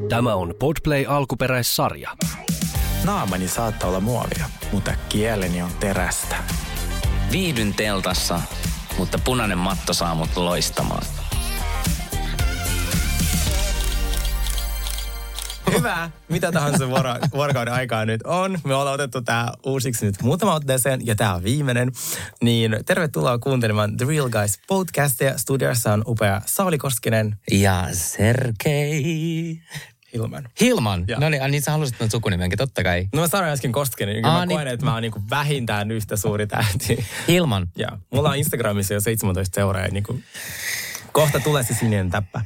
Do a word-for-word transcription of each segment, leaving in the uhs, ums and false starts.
Tämä on Podplay alkuperäissarja. Naamani saattaa olla muovia, mutta kieleni on terästä. Viihdyn teltassa, mutta punainen matto saa mut loistamaan. Hyvä. Mitä tahansa vuoro- vuorokauden aikaa nyt on. Me ollaan otettu tää uusiksi nyt muutama otteeseen ja tää on viimeinen. Niin tervetuloa kuuntelemaan The Real Guys podcastia. Studiossa on upea Sauli Koskinen. Ja Sergei. Hilman. Hilman? Ja. No niin, niin sä halusit tuon sukunimenkin, totta kai. No mä sanoin äsken Koskinen, niin Aa, mä niin. koen, että mä oon niinku vähintään yhtä suuri tähti. Hilman. Ja mulla on Instagramissa jo seitsemäntoista seuraajaa, niin kuin kohta tulee se sininen täppä.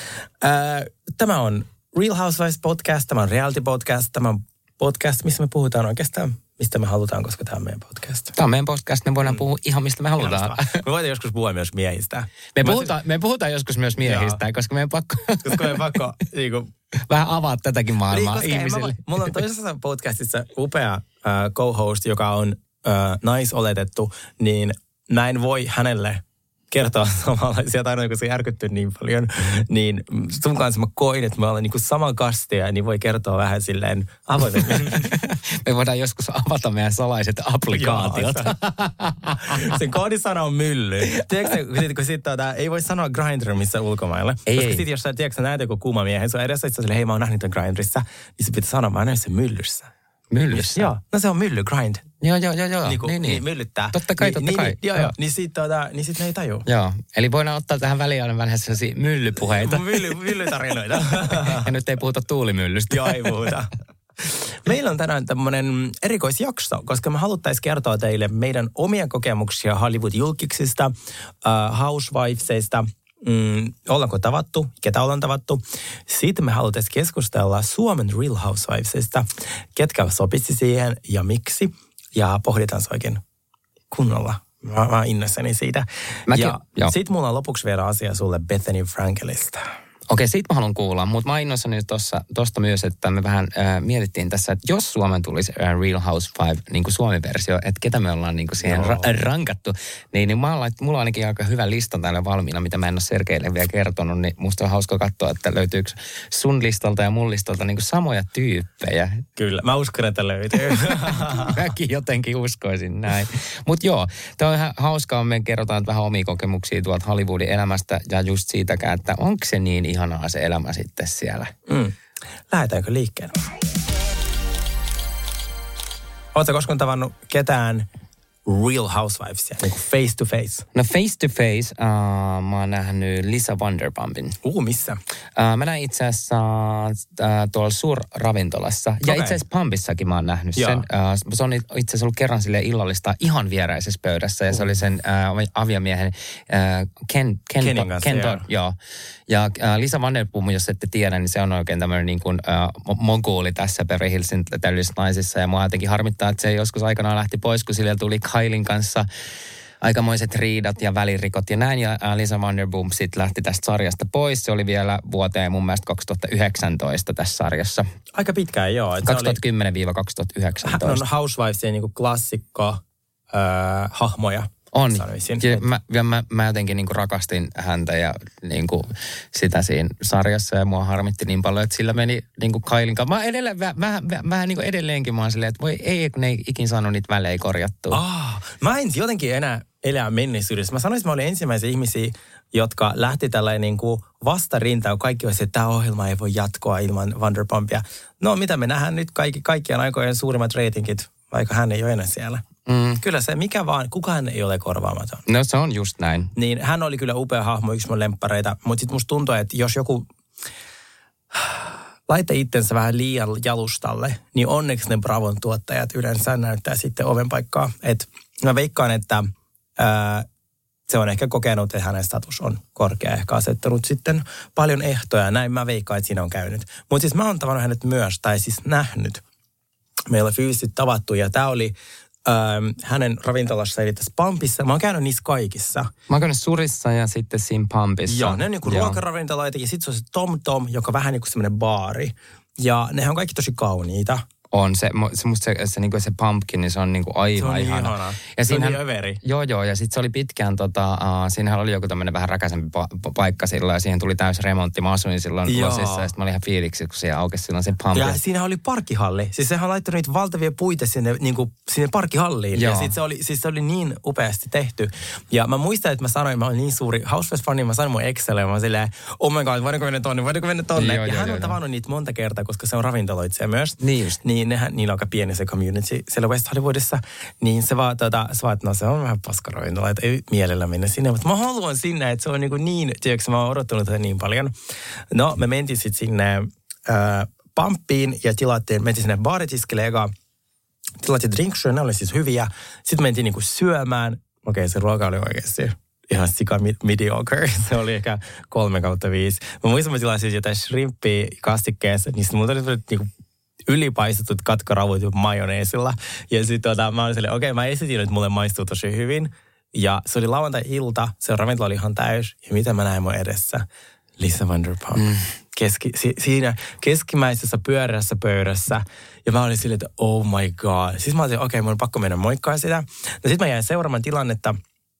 Ää, tämä on Real Housewives podcast, tämä on reality podcast, tämä on podcast, missä me puhutaan oikeastaan, mistä me halutaan, koska tämä on meidän podcast. Tämä on meidän podcast, me voidaan puhua ihan mistä me halutaan. Me voidaan joskus puhua myös miehistä. Me Mä puhutaan, me puhutaan joskus myös miehistä, Joo. koska meidän pakko Koska meidän pakko niin kuin, vähän avaa tätäkin maailmaa niin, ihmisille. Mä, mulla on toisessa podcastissa upea uh, co-host, joka on uh, naisoletettu, niin mä en voi hänelle kertoa samanlaisia tarinoita, kun se järkyttyy niin paljon. Niin sun kanssa mä koin, että mä olen niin kuin sama kastia, niin voi kertoa vähän silleen avoimemmin. Me voidaan joskus avata meidän salaiset applikaatiot. Sen koodisana on mylly. Tiedätkö, kun, kun sit, tuota, ei voi sanoa Grindr missä ulkomailla. Ei, Koska ei. sit, jos sä, tiedätkö, sä näet joku kuuma miehen, sun edessä, että sä hei mä oon nähnyt tämän Grindrissa, niin se pitää sanoa, mä näin sen myllyssä. Myllyssä? Joo, no se on mylly, grind. Joo, joo, joo, joo. Niin, kuin, niin, niin. niin myllyttää. Totta kai, niin, totta niin, kai. Niin, joo, joo. Niin sit, tuota, niin sit ne ei tajua. Joo, eli voidaan ottaa tähän väliin aina vähän sellaisia myllypuheita. Mylly, myllytarinoita. Ja nyt ei puhuta tuulimyllystä. Joo, ei puhuta. Meillä on tänään tämmöinen erikoisjakso, koska me haluttaisiin kertoa teille meidän omia kokemuksia Hollywood-julkiksista, uh, housewivesista, mm, ollaanko tavattu, ketä ollaan tavattu. Sitten me haluttaisiin keskustella Suomen Real Housewivesista, ketkä sopisi siihen ja miksi. Ja pohditaan se oikein kunnolla. Mä, mä oon innoissani siitä. Mäkin, ja joo. sitten mulla on lopuksi vielä asia sulle Bethany Frankelista. Okei, siitä mä haluan kuulla, mutta mä oon innoissani tuosta myös, että me vähän äh, mietittiin tässä, että jos Suomen tulisi äh, Real Housewives, niin kuin Suomi-versio, että ketä me ollaan niin kuin siihen ra- rankattu, niin, niin mä oon, mulla on ainakin aika hyvä lista täällä valmiina, mitä mä en ole Sergeille vielä kertonut, niin musta on hauska katsoa, että löytyykö sun listalta ja mun listalta niin kuin samoja tyyppejä. Kyllä, mä uskon, että löytyy. Mäkin jotenkin uskoisin näin. Mutta joo, tämä on ihan hauskaa, me kerrotaan vähän omia kokemuksia tuolta Hollywoodin elämästä ja just siitäkään, että onko se niin ihanaa se elämä sitten siellä. Mm. Lähdetäänkö liikkeelle? Oletko koskaan tavannut ketään Real Housewivesia, niin kuin face to face? No face to face, uh, mä oon nähnyt Lisa Vanderpumpin. Uu, missä? Uh, mä näin itse asiassa uh, tuolla suurravintolassa. Ja Okei. itse asiassa Pumpissakin mä oon nähnyt Joo. sen. Uh, se on itse asiassa ollut kerran silleen illallista ihan vieräisessä pöydässä. Ja uh. se oli sen uh, aviomiehen uh, Ken, Ken, Kenin kanssa, Ken, joo. joo. Ja uh, Lisa Vanderpump, jos ette tiedä, niin se on oikein tämmöinen niin kuin uh, moguuli tässä Beverly Hillsin täydellisissä naisissa. Ja mua jotenkin harmittaa, että se joskus aikanaan lähti pois, kun sille tuli Kylin kanssa aikamoiset riidat ja välirikot ja näin. Ja Lisa Vanderpump sitten lähti tästä sarjasta pois. Se oli vielä vuoteen mun mielestä kaksituhattayhdeksäntoista tässä sarjassa. Aika pitkään, joo. kaksituhattakymmenen Hän kaksituhattayhdeksäntoista. on Housewivesien niin klassikko äh, hahmoja. On. Sanoisin. Ja mä, ja mä, mä jotenkin niinku rakastin häntä ja niinku sitä siinä sarjassa ja mua harmitti niin paljon, että sillä meni niinku Kylin kanssa. Mä edelleen, vähän, vähän, vähän niinku edelleenkin mä oon silleen, että voi ei, kun ne ei ikin saanut niitä välejä korjattua. Ah, mä en jotenkin enää elää menneisyydessä. Mä sanoisin, että mä olin ensimmäisiä ihmisiä, jotka lähti tällainen niin kuin vastarintaan. Kaikki olisi, että tämä ohjelma ei voi jatkoa ilman Vanderpumpia. No mitä me nähdään nyt kaikki, kaikkien aikojen suurimmat reitingit, vaikka hän ei ole enää siellä. Mm. Kyllä se, mikä vaan, kukaan ei ole korvaamaton. No se on just näin. Niin hän oli kyllä upea hahmo, yksi mun lemppareita. Mutta sitten musta tuntuu, että jos joku laittaa itsensä vähän liian jalustalle, niin onneksi ne Bravon tuottajat yleensä näyttää sitten oven paikkaa. Et mä veikkaan, että ää, se on ehkä kokenut, että hänen status on korkea. Ehkä asettanut sitten paljon ehtoja. Näin mä veikkaan, että siinä on käynyt. Mutta siis mä oon tavannut hänet myös, tai siis nähnyt. Meillä on fyysisesti tavattu, ja tää oli Ähm, hänen ravintolassa, eli tässä Pumpissa. Mä oon käynyt niissä kaikissa. Mä oon käynyt Surissa ja sitten siinä Pumpissa. Joo, ne on niinku ruokaravintoloita ja sitten se on se Tom Tom, joka on vähän niin kuin semmoinen baari. Ja nehän on kaikki tosi kauniita. On se, se musta se, se, niinku se pumpkin, niin se on niinku aivan se on niin ihana. ihana. Ja se on niin överi. Joo, joo, ja sitten se oli pitkään, tota, uh, siinähän oli joku tämmöinen vähän räkäisempi pa- paikka silloin, ja siihen tuli täys remontti. Mä asuin silloin Losissa, ja sitten mä olin ihan fiiliksi, kun siellä aukesi silloin se pumpkin. Ja siinä oli parkkihalli. Siis sehän on laittanut niitä valtavia puita sinne, niinku, sinne parkkihalliin. Joo. Ja sit se oli, siis se oli niin upeasti tehty. Ja mä muistan, että mä sanoin, mä olin niin suuri Housewives-fani, mä sanoin mun Excelle, ja mä olin silleen, oh my god, voidaanko mennä tonne, voidaanko mennä tonne. Joo, ja joo, hän on joo, tavannut niitä monta kertaa, koska se on ravintoloitsija myös. Niin just. Niin nehän, niillä on aika pieni se community siellä West Hollywoodissa. Niin se vaan, tota, se vaan, että no se on vähän paskarointola, että ei mielellä mennä sinne. Mutta mä haluan sinne, että se on niin, niin tiedätkö, mä oon odottanut tätä niin paljon. No, me mentiin sitten sinne äh, Pamppiin ja tilattiin, mentiin sinne baaritiskille eka. Tilattiin drinks, ne oli siis hyviä. Sitten mentiin niinku syömään. Okei, okay, se ruoka oli oikeasti ihan sika mediocre. Se oli ehkä kolme kautta viisi. Mä muistan, mä tilasin siis jotain shrimppia kastikkeessa, niin sitten mulla oli niinku ylipaistetut katkaravut majoneesilla. Ja sitten tota, mä olin silleen, okei, okay, mä esitin, että mulle maistuu tosi hyvin. Ja se oli lauantai-ilta, se ravintola oli ihan täys. Ja mitä mä näin mun edessä? Lisa Vanderpump. Mm. Keski, si, siinä keskimmäisessä pyörässä pöydässä. Ja mä olin silleen, että oh my god. Siis mä olin, okei, okay, mun on pakko mennä moikkaa sitä. No sit mä jäin seuraamaan tilannetta.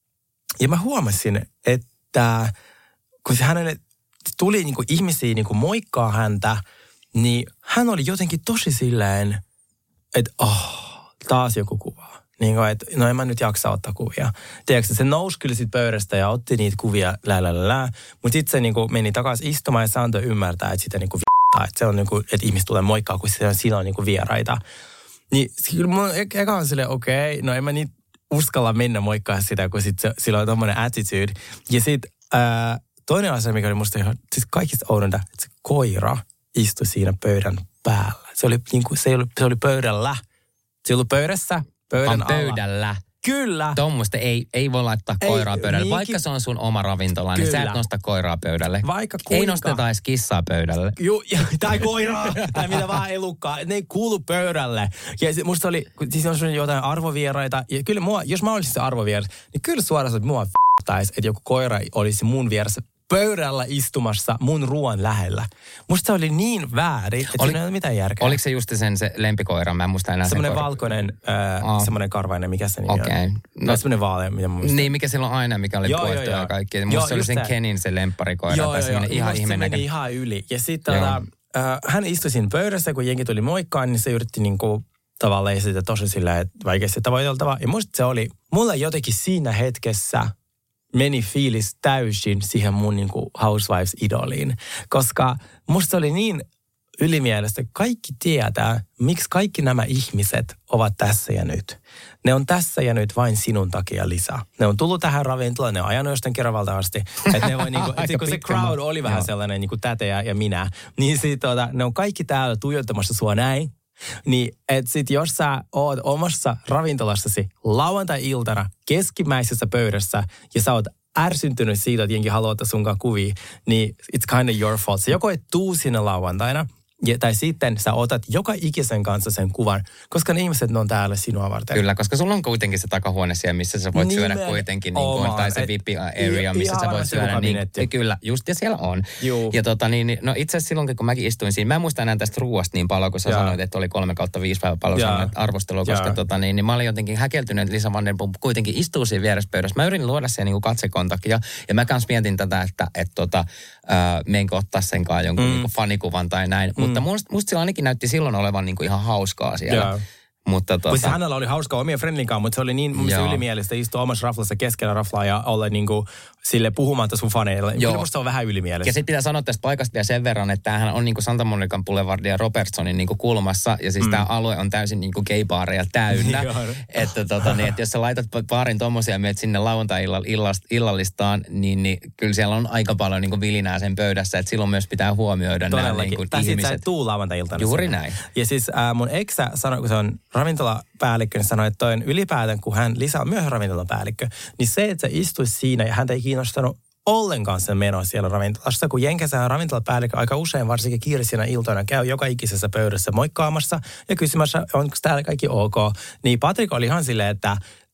Ja mä huomasin, että kun hänelle tuli niinku ihmisiä niinku moikkaa häntä, niin hän oli jotenkin tosi silleen, että oh, taas joku kuva. Niin kuin, että no en mä nyt jaksa ottaa kuvia. Tiedätkö, se nousi kyllä sit pöydästä ja otti niitä kuvia lää, lää, lää, lää. Mutta sitten se niin kuin meni takaisin istumaan ja se antoi ymmärtää, että sitä niin kuin v***taa. Että se on niin kuin, että ihmiset tulee moikkaa, kun siinä on niin kuin vieraita. Niin kyllä mun eka on silleen, okei, okay, no en mä niin uskalla mennä moikkaa sitä, kun sit se, sillä on tommoinen attitude. Ja sitten äh, toinen asia, mikä oli musta ihan, siis kaikista oudonta, että se koira istui siinä pöydän päällä. Se oli, niin kuin, se oli, se oli pöydällä. Se oli pöydässä. Pöydän on pöydällä. Alla. Kyllä. Tuommoista ei, ei voi laittaa ei, koiraa pöydälle. Niinkin. Vaikka se on sun oma ravintola, niin Kyllä. sä et nosta koiraa pöydälle. Vaikka kuinka. Ei nosteta edes kissaa pöydälle. Juu, tai koiraa, tai mitä vaan elukkaa. Ne ei kuulu pöydälle. Ja musta oli, siis on jotain arvovieraita. Ja kyllä mua, jos mä olisin se arvovieras, niin kyllä suoraan, että mua f***taisi, että joku koira olisi mun vieressä pöydällä istumassa mun ruoan lähellä. Musta se oli niin väärin, että oli, siinä ei ole mitään järkeä. Oliko se just sen se lempikoira? Mä en muista enää semmoinen sen koira. Valkoinen, äh, oh. semmoinen karvainen, mikä se nimi okay. on? No, semmoinen vaalea, mitä mä muistan. Niin, mikä silloin aina, mikä oli puettu ja kaikki. Musta se oli sen Kenin se lempparikoira. Joo, tai joo, joo. Ihan se meni ihan yli. Ja sitten tota, äh, hän istui siinä pöydässä, kun jengi tuli moikkaan, niin se yritti niinku tavallaan esitä tosi sillä, että vaikeasti tavoiteltava. Ja musta se oli, mulla jotenkin siinä hetkessä meni fiilis täysin siihen mun niin kuin Housewives-idoliin. Koska musta se oli niin ylimielistä. Kaikki tietää, miksi kaikki nämä ihmiset ovat tässä ja nyt. Ne on tässä ja nyt vain sinun takia, Lisa. Ne on tullut tähän ravintolaan, ne on ajanut jostain Keravalta asti. Että ne voi niinku, et kun se crowd oli vähän Joo. sellainen niinku täte ja, ja minä, niin sit, tota, ne on kaikki täällä tuijottamassa sua näin. Niin, että sit jos sä oot omassa ravintolassasi lauantai-iltana keskimmäisessä pöydässä ja sä oot ärsyntynyt siitä, että jenkin haluaa ottaa sunkaan kuvia, niin it's kind of your fault. Sä joko et tuu sinne lauantaina, ja, tai sitten sä otat joka ikisen kanssa sen kuvan, koska ne ihmiset ne on täällä sinua varten. Kyllä, koska sulla on kuitenkin se takahuone siellä, missä sä voit Nimen syödä kuitenkin, niin kuin, tai se V I P-area, missä sä voit syödä. Niin, kyllä, just ja siellä on. Juu. Ja tota, niin, no itse asiassa silloin, kun mäkin istuin siinä, mä en muista enää tästä ruuasta niin paljon, kun sä ja. sanoit, että oli kolme kautta viisi päivä paljon sanoit arvostelua, koska tota, niin, niin mä olin jotenkin häkeltynyt, että Lisa Vanderpump kuitenkin istuu siinä vieressä pöydässä. Mä yritin luoda siihen niin katsekontaktia, ja mä kans mietin tätä, että et, tota, äh, meinkö ottaa senkaan jonkun mm. niin fanikuvan tai näin, mm. mutta musta, musta sillä ainakin näytti silloin olevan niin kuin ihan hauskaa siellä. Yeah. Mutta tota... Siis hänellä oli hauskaa omien friendin kanssa, mutta se oli niin ylimielistä istua omassa raflassa keskellä raflaa ja olla niin kuin sille puhumatta sun faneille. Kyllä musta on vähän ylimielistä. Ja sitten pitää sanoa tästä paikasta vielä sen verran, että tämähän on niin kuin Santa Monican Boulevardin ja Robertsonin niin kuin kulmassa. Ja siis mm. tämä alue on täysin niin kuin gay-baareja täynnä. että, tota, niin, että jos sä laitat baarin tommosia ja menet sinne lauantai-illallistaan, niin, niin kyllä siellä on aika paljon niin kuin vilinää sen pöydässä. Että silloin myös pitää huomioida nämä niin kuin tai ihmiset. Tai sitten sä et tuu lauantai-iltana. Juuri sinne. Näin. Ja siis äh, mun eksä sanoi, kun se on ravintolapäällikkö, niin sanoi, että toi on ylipäätään, kun hän lisää myös ravintolapäällikkö, niin se, että sä istuisi siinä ja häntä ei kiinnostanut ollenkaan sen meno siellä ravintolassa, kun Jenkensä ravintolapäällikkö aika usein, varsinkin kiirisinä iltoina, käy joka ikisessä pöydässä moikkaamassa ja kysymässä, onko täällä kaikki ok. Niin Patrik oli ihan silleen, että, että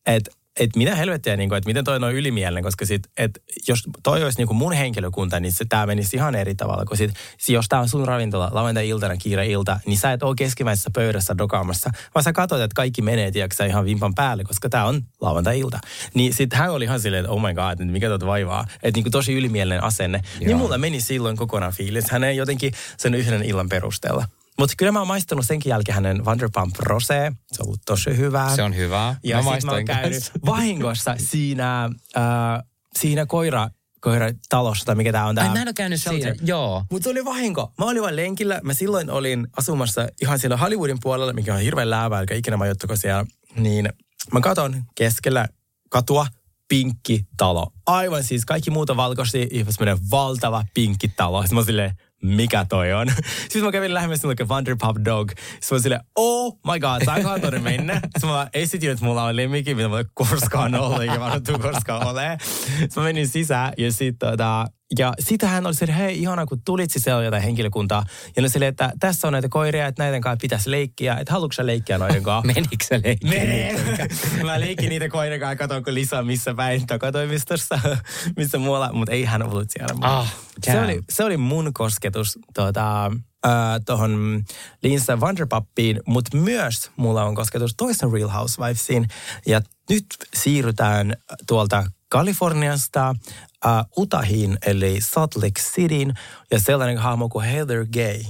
että mitä helvettiä, niin kuin, että miten toi on ylimielinen, koska sit, että jos toi olisi niin kuin mun henkilökunta, niin se, tämä menisi ihan eri tavalla. Kun sit, jos tämä on sun ravintola lauantai-iltana, kiire ilta, niin sä et ole keskimmäisessä pöydässä dokaamassa, vaan sä katsot, että kaikki menee, tiedätkö ihan vimpan päälle, koska tämä on lauantai-ilta. Niin sitten hän oli ihan silleen, että oh my god, että mikä tuota vaivaa. Että niin kuin tosi ylimielinen asenne. Joo. Niin mulla meni silloin kokonaan fiilis. Hän ei jotenkin sen yhden illan perusteella. Mutta kyllä mä oon maistanut senkin jälkeen hänen Vanderpump Rosé. Se on ollut tosi hyvää. Se on hyvää. Ja mä sit mä oon käynyt vahingossa siinä, äh, siinä koira, koiratalossa, tai mikä tää on tää. Ai mä en ole käynyt siinä, joo. Mutta se oli vahinko. Mä olin vain lenkillä. Mä silloin olin asumassa ihan siellä Hollywoodin puolella, mikä on hirveän läävää, eli ikinä majoittuko siellä. Niin mä katon keskellä katua pinkki talo. Aivan siis kaikki muuta valkoisia, ihminen valtava pinkki talo. Sitten mä silleen, mikä toi on? Sitten mä kävin lähemmäs sinne Vanderpump Dog. Sitten mä silleen, oh my god, saankohan tuonne mennä? Sitten mä esitin, että mulla on lemmikki, mitä mulla ei koskaan ollut, eikä mä tuu koskaan ole. Sitten mä menin sisään ja sitten tota, ja sitten hän oli silleen, hei, ihana kun tulit, siis siellä oli jotain henkilökuntaa. Ja ne silleen, että tässä on näitä koiria, että näiden kanssa pitäisi leikkiä. Että haluatko sä leikkiä noiden kanssa? Menikö sä leikkiä? Menee. Mä leikin niitä koiria kanssa, katsonko Lisa missä päin takatoimistossa, missä muualla. Mutta ei hän ollut siellä. Ah, se, oli, se oli mun kosketus tuota, äh, tuohon Lisa Vanderpumpiin, mutta myös mulla on kosketus toisen Real Housewivesiin. Ja nyt siirrytään tuolta Kaliforniasta uh, Utahiin, eli Salt Lake Cityin, ja sellainen hahmo kuin Heather Gay.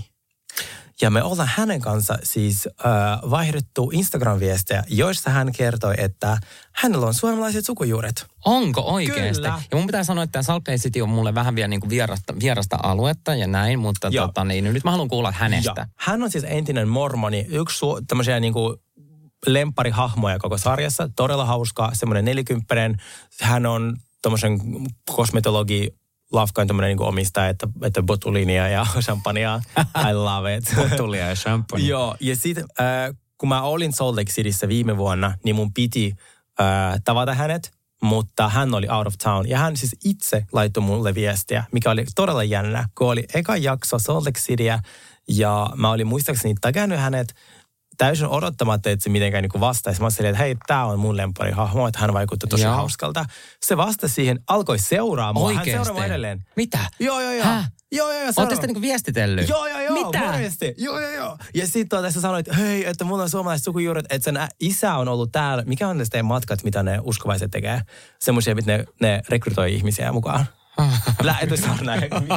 Ja me ollaan hänen kanssa siis uh, vaihdettu Instagram-viestejä, joissa hän kertoi, että hänellä on suomalaiset sukujuuret. Onko oikeasti? Kyllä. Ja mun pitää sanoa, että Salt Lake City on mulle vähän vielä niin kuin vierasta, vierasta aluetta ja näin, mutta tota, niin, nyt mä haluan kuulla hänestä. Ja. Hän on siis entinen mormoni, yksi su- tämmöisiä niin kuin lempparihahmoja koko sarjassa. Todella hauska, semmoinen nelikymppinen. Hän on tommoisen kosmetologi lafkan tommoinen niin omistaja, että, että botulinia ja champagnea. I love it. Botulia ja champagne. Joo, ja sitten äh, kun mä olin Salt Lake Cityssä viime vuonna, niin mun piti äh, tavata hänet, mutta hän oli out of town. Ja hän siis itse laittoi mulle viestiä, mikä oli todella jännä, kun oli eka jakso Salt Lake Cityä, ja mä olin muistaakseni tagannut hänet täysin odottamatta, että se mitenkään niin vastaisi. Mä olin silleen, että hei, tää on mun lempparihahmo, että hän vaikutti tosi joo. hauskalta. Se vastasi siihen, alkoi seuraamaan. Oikeesti? Hän seuraamaan edelleen. Mitä? Joo, joo, joo. Häh? Joo, joo, joo. Ootte sitä niinku viestitellyt? Joo, joo, joo. Mitä? Monesti. Joo, joo, joo. Ja sitten tässä sanoit, että hei, että mulla on suomalaiset sukujuuret, että sen isä on ollut täällä. Mikä on ne teidän matkat, mitä ne uskovaiset tekee? Semmoisia, mitä ne, ne rekrytoi ihmisiä mukaan. Lähetyssaarna.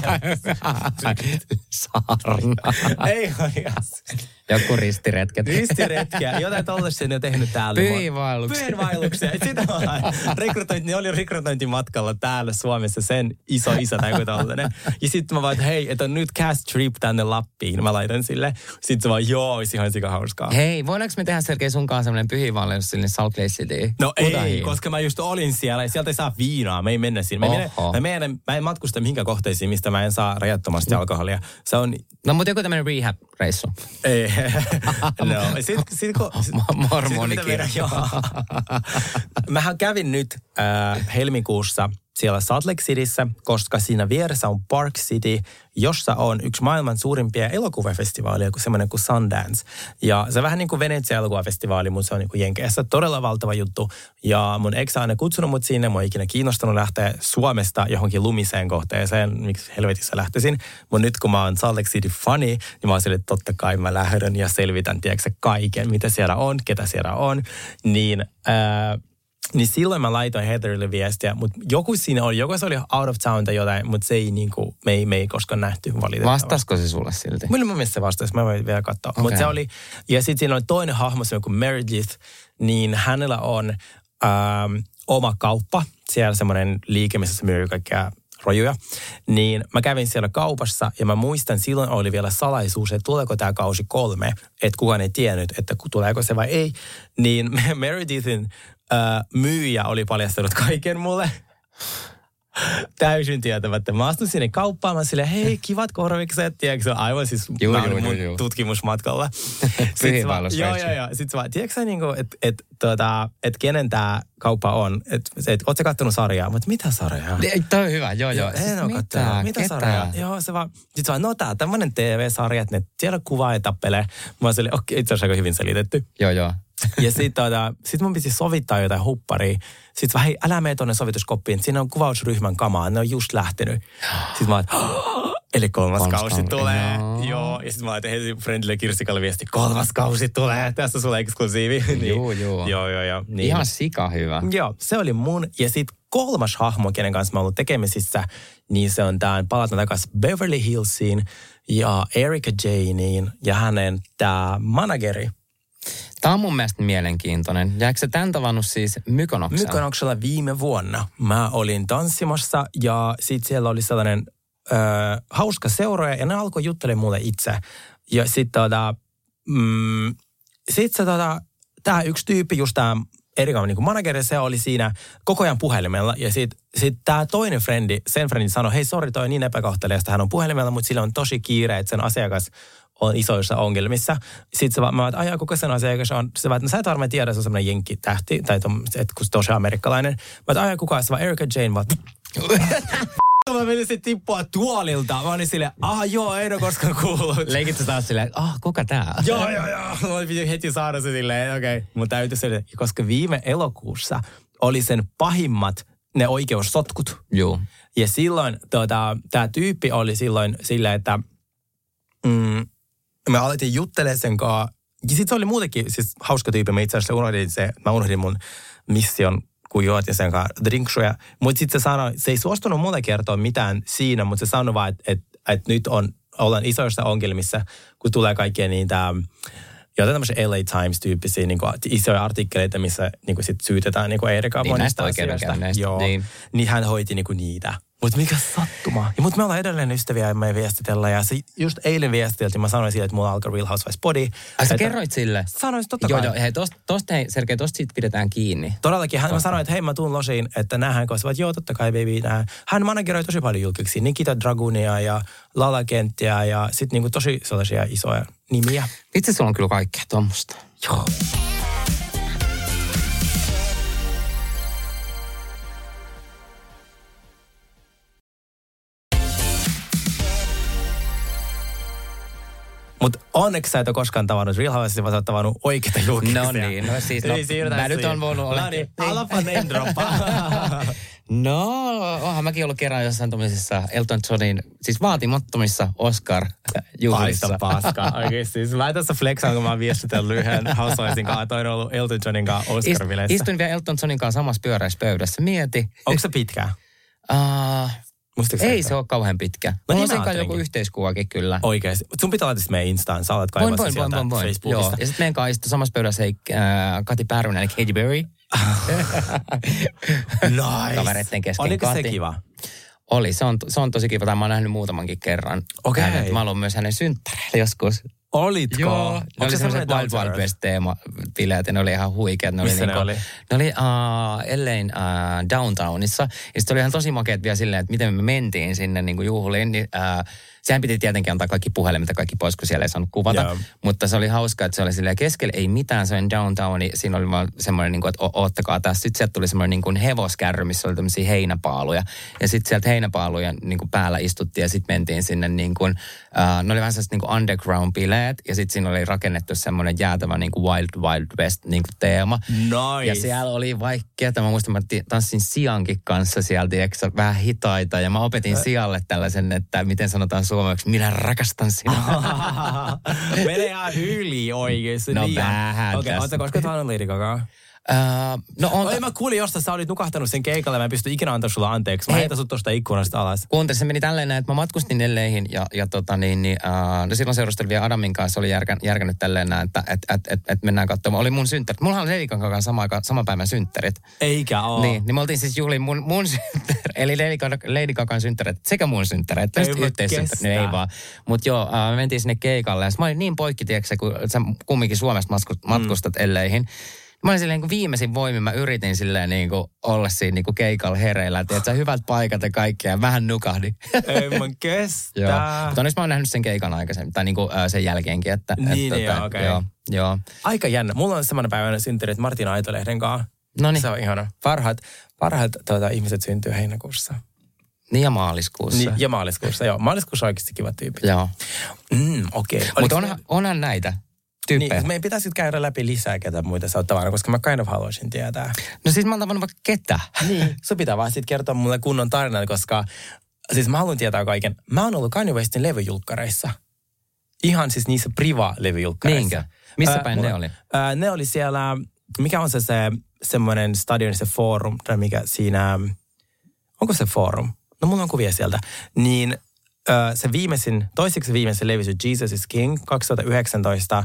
Saarna. Ei oikeasti. Joku ristiretket. Ristiretkiä. Jotain tollaisia ne on tehnyt täällä. Pyhiinvaelluksia. Pyhiinvaelluksia. Sitä rekrytointi, ne oli rekrytointimatkalla täällä Suomessa sen iso isä tai joku tollainen. Ja sitten mä vaan, että hei, että on nyt cast trip tänne Lappiin. Mä laitan sille. Sitten se vaan, joo, olisi ihan sika hauskaa. Hei, voidaanko me tehdä selkeä sunkaan semmoinen pyhiinvaellus sinne Salt Lake City? No Utahiin. Ei, koska mä just olin siellä ja sieltä ei saa viinaa. Me ei mennä sinne. Mä, menen, mä, menen, mä en matkusta mihinkään kohteisiin, mistä mä en saa rajattomasti alkoholia. Se on... No, mutta joku tämmöinen rehab-reissu. Ei. No, sit, sit, kun... Mormonikirja. Mähän kävin nyt äh, helmikuussa siellä Salt Lake Cityssä, koska siinä vieressä on Park City, jossa on yksi maailman suurimpia elokuvafestivaaleja, kuin semmoinen kuin Sundance. Ja se on vähän niin kuin Venetsia elokuvafestivaali, mutta se on niin kuin Jenkeissä todella valtava juttu. Ja mun ex on aina kutsunut mut sinne, mä oon ikinä kiinnostunut lähteä Suomesta johonkin lumiseen kohteeseen, miksi helvetissä lähtisin. Mutta nyt kun mä oon Salt Lake City funny, niin mä oon sille, että totta kai mä lähdön ja selvitän, tiedätkö kaiken, mitä siellä on, ketä siellä on. Niin... Ää, Niin silloin mä laitoin Heatherille viestiä, mutta joku siinä oli, joko se oli out of town tai jotain, mutta se ei niinku, me ei, me ei koskaan nähty valitettavasti. Vastasko se sulle silti? Mulla mun mielestä se vastasi, mä voin vielä katsoa. Okay. Mutta se oli, ja sitten siinä oli toinen hahmo, se on kuin Meredith, niin hänellä on ähm, oma kauppa, siellä semmoinen liike, missä se myy kaikkea rojuja. Niin mä kävin siellä kaupassa ja mä muistan, silloin oli vielä salaisuus, että tuleeko tämä kausi kolme, että kukaan ei tiennyt, että tuleeko se vai ei. Niin Meredithin äh, myyjä oli paljastanut kaiken mulle. Täysin tietämättä. Mä astun sinne kauppaan, mä silleen, hei, kivat korvikset. Tiedätkö, se on aivan siis juu, juu, mun juu, tutkimusmatkalla. Pyhiinvaellusreissu. Joo, joo, joo. Sitten vaan, tiedätkö sä, niinku, että et, tota, et kenen tämä kauppa on? Että et, oot sä kattonut sarjaa? Mutta mitä sarjaa? Toi on hyvä, joo, joo. En ole kattonut. Mitä sarjaa? Joo, se vaan, sit vaan, no tää tämmönen T V-sarja, että ne siellä kuvaa ja tappelee. Mä oon silleen, okei, itse asiassa aika hyvin selitetty. Joo, joo. Ja sit, tota, sit mun piti sovittaa jotain hupparia. Sitten mä, hei, älä mene tonne sovituskoppiin. Siinä on kuvausryhmän kamaa, ne on just lähtenyt. Sitten mä oon, eli kolmas Kolmas kausi kausi tulee. Joo. Joo. Ja sitten mä laitan heti Friendille Kirstikalle viesti, kolmas kausi tulee. Tässä sulle eksklusiivi. niin, joo, joo. Joo, joo, joo. Niin. Ihan sika hyvä. Joo, se oli mun. Ja sitten kolmas hahmo, kenen kanssa mä oon ollut tekemisissä, niin se on tämän, palataan takaisin Beverly Hillsiin ja Erika Janeen ja hänen tämä manageri. Tämä on mun mielestä mielenkiintoinen. Jääkö sä tämän tavannut siis Mykonoksella? Mykonoksella viime vuonna. Mä olin tanssimassa ja sitten siellä oli sellainen ö, hauska seuraaja ja ne alkoi juttelemaan mulle itse. Ja sitten tota, mm, sit se tota, tää yksi tyyppi, just tää Erikan niin manageri, se oli siinä koko ajan puhelimella. Ja sitten sit tämä toinen frendi, sen frendi sanoi, hei sori, toi on niin epäkohteliasta, hän on puhelimella, mutta sillä on tosi kiire, että sen asiakas on isoissa ongelmissa. Sitten se vaan, mä oon, aijaa, kuka sen asiakas on? Se vaan, no sä et varmaan tiedä, se on semmoinen jenkkitähti, tai että kun se tosi amerikkalainen. Mä oon, aijaa, kuka se vaan, Erika Jane, vaan, mä menin sitten tippua tuolilta. Mä olin silleen, ah joo, en ole koskaan kuullut. Leikittä taas silleen, ah, kuka tää? joo, joo, joo. Mä piti heti saada se silleen, okei. Okay. Mun täytyy silleen, koska viime elokuussa oli sen pahimmat ne oikeussotkut. Joo. Ja silloin tota, tää tyyppi oli silloin silleen, että mm, me alettiin juttelemaan sen kanssa. Ja sit se oli muutenkin siis hauska tyyppi. Mä itse asiassa unohdin se, mä unohdin mun mission, kun juotin sen kanssa drinksuja. Mutta sitten se sanoi, se ei suostunut mulle kertoa mitään siinä, mutta se sanoi vaan, että et, et nyt on, ollaan isoissa ongelmissa, kun tulee kaikkia niitä, jotain tämmöisiä L A Times-tyyppisiä niin kuin, isoja artikkeleita, missä niin kuin, sit syytetään niin Erikaa niin, monista asioista. Joo, niin. niin hän hoiti niin kuin, niitä. Mutta mikä sattuma. Ja mutta me ollaan edelleen ystäviä ja me ei viestitellä. Ja se just eilen viestiteltiin, mä sanoin sille, että mulla alkoi Real Housewives body. Ai sä kerroit sille? Sanoin totta joo, kai. Joo, hei, tosta, tosta, hei, Sergei, tosta siitä pidetään kiinni. Todellakin. Hän, mä sanoin, että hei, mä tuun losiin, että nähdään, koska joo, totta kai, baby, nähdään. Hän manageroi tosi paljon julkiksi. Nikita Dragunia ja Lala Kenttiä ja sitten niinku tosi sellaisia isoja nimiä. Itse sulla on kyllä kaikkea tuommoista. Joo. Mutta onneksi sä et ole koskaan tavannut Real Housesissa, vaan sä oot tavannut oikeita julkisia. No niin, no siis no, mä nyt on voinut olla... No niin, alapa name droppaa. No, onhan mäkin ollut kerran jossain tuollaisissa Elton Johnin, siis vaatimattomissa Oscar-juhlissa. Paista paskaa, oikeesti. Siis mä tässä flexaan, kun mä oon viestitellyt yhden Housewivesin kanssa, toinen on ollut Elton Johnin kanssa Oscar-bileissä. Istuin vielä Elton Johnin kanssa samassa pyöreässä pöydässä. Mieti. Onko se pitkää? Uh, ei se ole kauhean pitkä. No, Mulla on sen kanssa joku yhteiskuvakin kyllä. Oikeesti. Sun pitää laittaa meidän Instaan. Sä alat kaivaa se sieltä Facebookista. Joo. Ja sitten meidän kanssa istui samassa pöydässä ei, äh, Kati Päärynä eli Katy Perry. Nice. Kavereitten kesken. Oliko Kati. se kiva? Oli. Se on, se on tosi kiva. Mä oon nähnyt muutamankin kerran. Okei. Okay. Mä oon myös hänen synttäreillä joskus. Olitko? Joo. Ne oli sellaiset Wild Wild West-teema-bileet ja ne oli ihan huikeat. Ne Missä oli ne niinku, oli? Ne oli uh, L A:n uh, downtownissa. Ja sitten oli ihan tosi makeat vielä silleen, että miten me mentiin sinne niinku juhliin. Niin, uh, sehän piti tietenkin antaa kaikki puhelimet ja kaikki pois, kun siellä ei saanut kuvata. Yeah. Mutta se oli hauska, että se oli silleen keskellä ei mitään, se on downtowni. Siinä oli vaan semmoinen, niin kuin, että oottakaa tässä. Sitten sieltä tuli semmoinen niin kuin hevoskärry, missä oli tämmöisiä heinäpaaluja. Ja sitten sieltä heinäpaalujen niin kuin päällä istuttiin ja sitten mentiin sinne niin kuin, uh, ne oli vähän sellaiset niin kuin underground-bileet. Ja sitten siinä oli rakennettu semmoinen jäätävä niin kuin Wild Wild West niin kuin teema. Nice. Ja siellä oli vaikka, mä muistan, mä tanssin Siankin kanssa sieltä, vähän hitaita. Ja mä opetin Sialle tällaisen, että miten sanotaan suomeksi, minä rakastan sinua. Menee ihan yli oikeesti. No niin. vähän. Okei, okay, ootko koskaan tavannut Lady Gagaa? Uh, no on... Oi, mä kuulin jostain, sä olit nukahtanut sen keikalle, mä en pysty ikinä antaa sulla anteeksi. Mä heitän sut tosta ikkunasta alas. Kuuntelin, se meni tälleen näin, että mä matkustin L A:hin ja, ja tota niin, niin uh, no silloin seurustelin vielä Adamin kanssa, oli järkä, järkännyt tälleen näin, että et, et, et, et mennään katsomaan. Oli mun synttärit. Mullahan oli Lady Gagan sama, sama päivän synttärit. Eikä oo. Niin, niin me oltiin siis juhliin mun, mun synttärit, eli Lady Gagan synttärit sekä mun synttärit. Ei mä kestä. No, ei vaan. Mut joo, uh, me mentiin sinne keikalle ja mä olin niin poikki, tiedätkö, kun sä kumminkin Suomesta matkustat mm. L A:hin. Mä olin silleen, kun viimeisin voimin mä yritin silleen niin kuin olla siinä niin kuin keikalla hereillä. Että sä hyvät paikat ja kaikkea ja vähän nukahdin. Ei mä kestä. Joo. Mutta onneksi mä oon nähnyt sen keikan aikaisemmin. Tai niin kuin äh, sen jälkeenkin. Että, niin, että, joo, okei. Okay. Joo, joo. Aika jännä. Mulla on semmoinen päivänä synttärit Martin Aitolehden kanssa. Noniin. Se on ihana. Parhaat, parhaat tuota, ihmiset syntyy heinäkuussa. Niin ja maaliskuussa. Niin, ja maaliskuussa, joo. Maaliskuussa on oikeasti kiva tyyppi. Joo. Mm, okei. Okay. Mutta onhan, onhan näitä. tyyppejä. Niin, meidän pitäisi käydä läpi lisää, ketä muita sä oot tavannut, koska mä kind of haluaisin tietää. No siis mä oon tavannut vaikka ketä. Niin, sun pitää vaan sit kertoa mulle kunnon tarinan, koska siis mä haluan tietää kaiken. Mä oon ollut Kanye Westin levyjulkkareissa. Ihan siis niissä priva-levyjulkkareissa. Niinkö? Missä päin äh, ne oli? Äh, ne oli siellä, mikä on se, se semmoinen stadion, se forum, tai mikä siinä, onko se forum? No mulla on kuvia sieltä. Niin äh, se viimeisin, toiseksi viimeisin levy, Jesus is King, kaksituhattayhdeksäntoista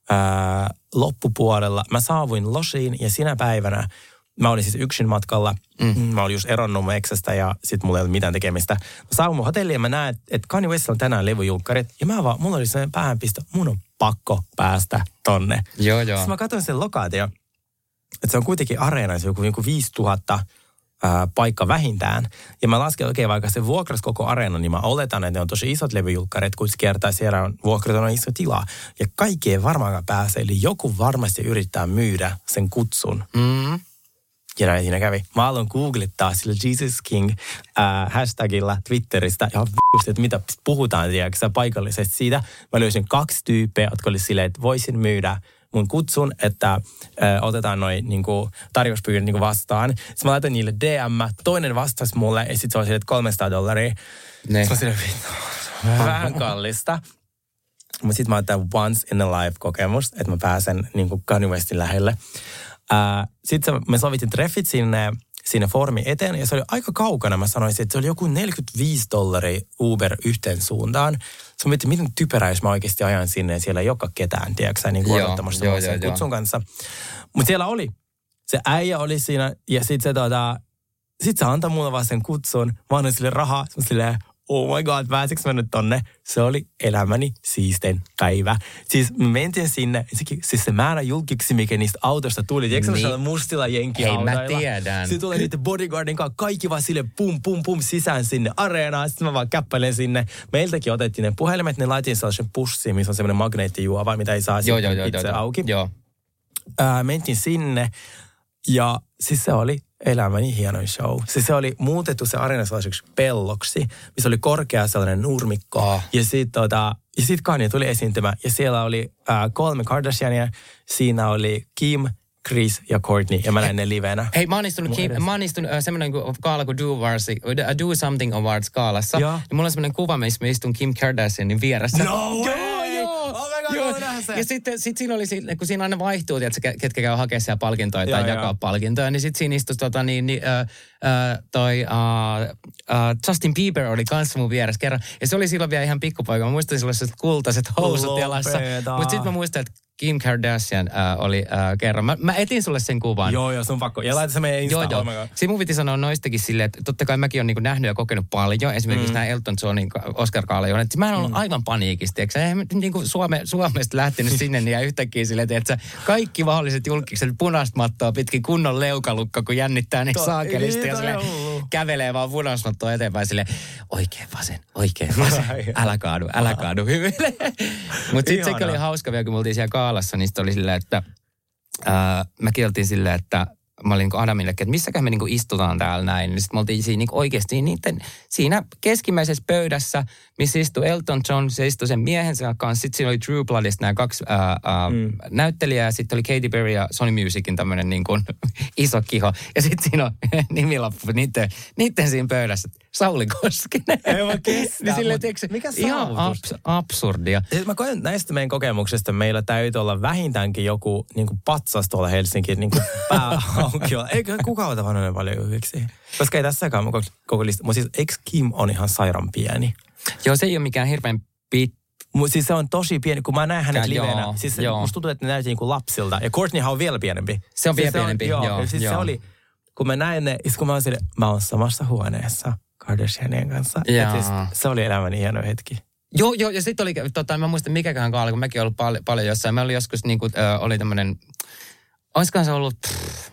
äh, loppupuolella. Mä saavuin Loshiin ja sinä päivänä mä olin siis yksin matkalla. Mm. Mä olin just eronnut mun eksästä ja sit mulla ei ollut mitään tekemistä. Mä saavun mun hotelliin ja mä näen, että Kanye Westillä on tänään levyjulkkarit. Ja mä vaan, mulla oli sellainen päähänpistö, mun on pakko päästä tonne. Joo, joo. Sitten mä katsoin sen lokaatio, että se on kuitenkin areena, se on joku, joku viisituhatta ää, paikka vähintään. Ja mä lasken, okei, okay, vaikka se vuokras koko areena, niin mä oletan, että ne on tosi isot levyjulkkarit, kun se kiertää, siellä on vuokratona iso tila. Ja kaikki ei varmaankaan pääse, eli joku varmasti yrittää myydä sen kutsun. Mm. Ja näin siinä kävi. Mä aloin googlittaa sillä Jesus King äh, hashtagilla Twitteristä. Ja v***sti, että mitä puhutaan tiedätkö, paikallisesti siitä. Mä löysin kaksi tyyppiä, jotka oli silleen, että voisin myydä mun kutsun, että äh, otetaan noin niinku, tarjouspyynnöt niinku vastaan. Sitten mä laitan niille D M. Toinen vastasi mulle ja sitten se oli silleen, että kolmesataa dollaria. Ne. Sitten mä silleen, vittu, vähän kallista. Mutta sitten mä otan once in a life kokemus, että mä pääsen niinku Kanye Westin lähelle. Uh, Sitten me sovittiin treffit sinne, sinne foorumin eteen ja se oli aika kaukana. Mä sanoisin, että se oli joku neljäkymmentäviisi dollaria Uber yhteen suuntaan. Se mietin, miten typerä, jos mä oikeasti ajan sinne ja siellä ei olekaan ketään, tiedätkö, niin kuin odottamassa sen kutsun kanssa. Mutta siellä oli. Se äijä oli siinä ja sitten se, tota, sit se antoi mulle vaan sen kutsun. Mä annoin sille rahaa. Se silleen, oh my god, pääsikö mä nyt tonne? Se oli elämäni siistein päivä. Siis me mentiin sinne, siis se määrä julkiksi, mikä niistä autosta tuli. Tiedätkö niin. Sellaisella mustilla jenkiautoilla? Hei, mä tiedän. Sitten tulee niiden bodyguardin kanssa, kaikki vaan sille pum, pum, pum sisään sinne areenaan. Sitten mä vaan käppäilen sinne. Meiltäkin otettiin ne puhelimet, ne laitiin sellaisen pussiin, missä on semmoinen magneettijuova, mitä ei saa joo, sitten joo, itse joo, auki. Joo. Ää, mentiin sinne ja siis se oli elämäni hienoin show. Siis se oli muutettu se areena sellaiseksi pelloksi, missä oli korkea sellainen nurmikko. Oh. Ja sitten tota, sit Kanye tuli esiintymään. Ja siellä oli äh, kolme Kardashiania. Siinä oli Kim, Kris ja Kourtney. Ja mä näin ne livenä. Hei, mä oon istunut, Kim, mä oon istunut äh, semmoinen kaala kuin Do, Awards, uh, Do Something Awards kaalassa. Ja. Ja mulla on semmoinen kuva, missä mä istun Kim Kardashianin vieressä. No way! Joo. Ja sitten sit siinä oli, kun siinä aina vaihtuu, että ketkä käy hakemaan siellä palkintoja tai ja, jakaa ja. palkintoja, niin sitten siinä istui tota, niin, niin, äh, äh, toi äh, äh, Justin Bieber oli kanssa mun vieressä kerran. Ja se oli silloin vielä ihan pikkupoika. Mä muistan silloin sellaiset kultaiset housut jalassa. Mutta sitten mä muistan, että Kim Kardashian äh, oli äh, kerran. Mä, mä etin sulle sen kuvan. Joo, joo, se on pakko. Ja laita se meidän Instaan. Joo, joo. Siinä mun piti sanoa noistakin silleen, että totta kai mäkin olen niin nähnyt ja kokenut paljon. Esimerkiksi mm. nämä Elton Johnin Oscar-gaaleja. Mä en ollut mm. aivan paniikista. Eihän niin kuin Suome, Suomesta lähtenyt sinne niin ja yhtäkkiä silleen, että kaikki mahdolliset julkikset punaista mattoa pitkin kunnon leukalukka, kun jännittää niin saakelisti. Ja silleen kävelee vaan punaista mattoa eteenpäin silleen, oikein vasen, oikein vasen. Älä kaadu, älä kaadu, hymyile. Mutta sitten sekin oli hauska vielä, kun me oltiin siellä kaalassa, niin sitten oli silleen, että ää, mäkin oltiin silleen, että mä olin niin Adamillekin, että missäkään me niin istutaan täällä näin. Niin sitten me oltiin siinä niin oikeasti niiden, siinä keskimmäisessä pöydässä, missä istui Elton John, se istui sen miehensä kanssa. Sitten siinä oli True Bloodista nämä kaksi ää, ää, mm. näyttelijää. Sitten oli Katy Perry ja Sony Musicin tämmöinen niin kuin iso kiho. Ja sitten siinä on nimilappu niiden, niiden siinä pöydässä. Sauli Koskinen. Ei voi kestää. Niin silleen, tiiäks, mikä ihan abs- absurdia. Siis mä koen näistä meidän kokemuksesta, meillä täytyy olla vähintäänkin joku niin kuin patsas tuolla Helsinkiin niin kuin pää auki olla. Eikö kukaan ota vanhoinen paljon yhdeksi? Koska ei tässäkään koko, koko lista. Mutta siis eikö Kim on ihan sairaan pieni? Joo, se ei ole mikään hirveän pit. Mut siis se on tosi pieni, kun mä näen hänet ja, livenä. Joo, siis joo. musta tuntuu, että ne näytti niin kuin lapsilta. Ja Kourtneyhan on vielä pienempi. Se on vielä siis pienempi, se on, joo. joo. Siis joo. se oli, kun mä näin ne, kun mä oon sille, mä oon samassa huoneessa Kardashianien kanssa. Siis, se oli elämäni hieno hetki. Joo, joo, ja sitten oli, tota, mä muistan mikäköhän kaali, kun mäkin ollut paljon, paljon jossain. Mä olin joskus niin kuin, äh, oli tämmönen, olisikohan se ollut pff,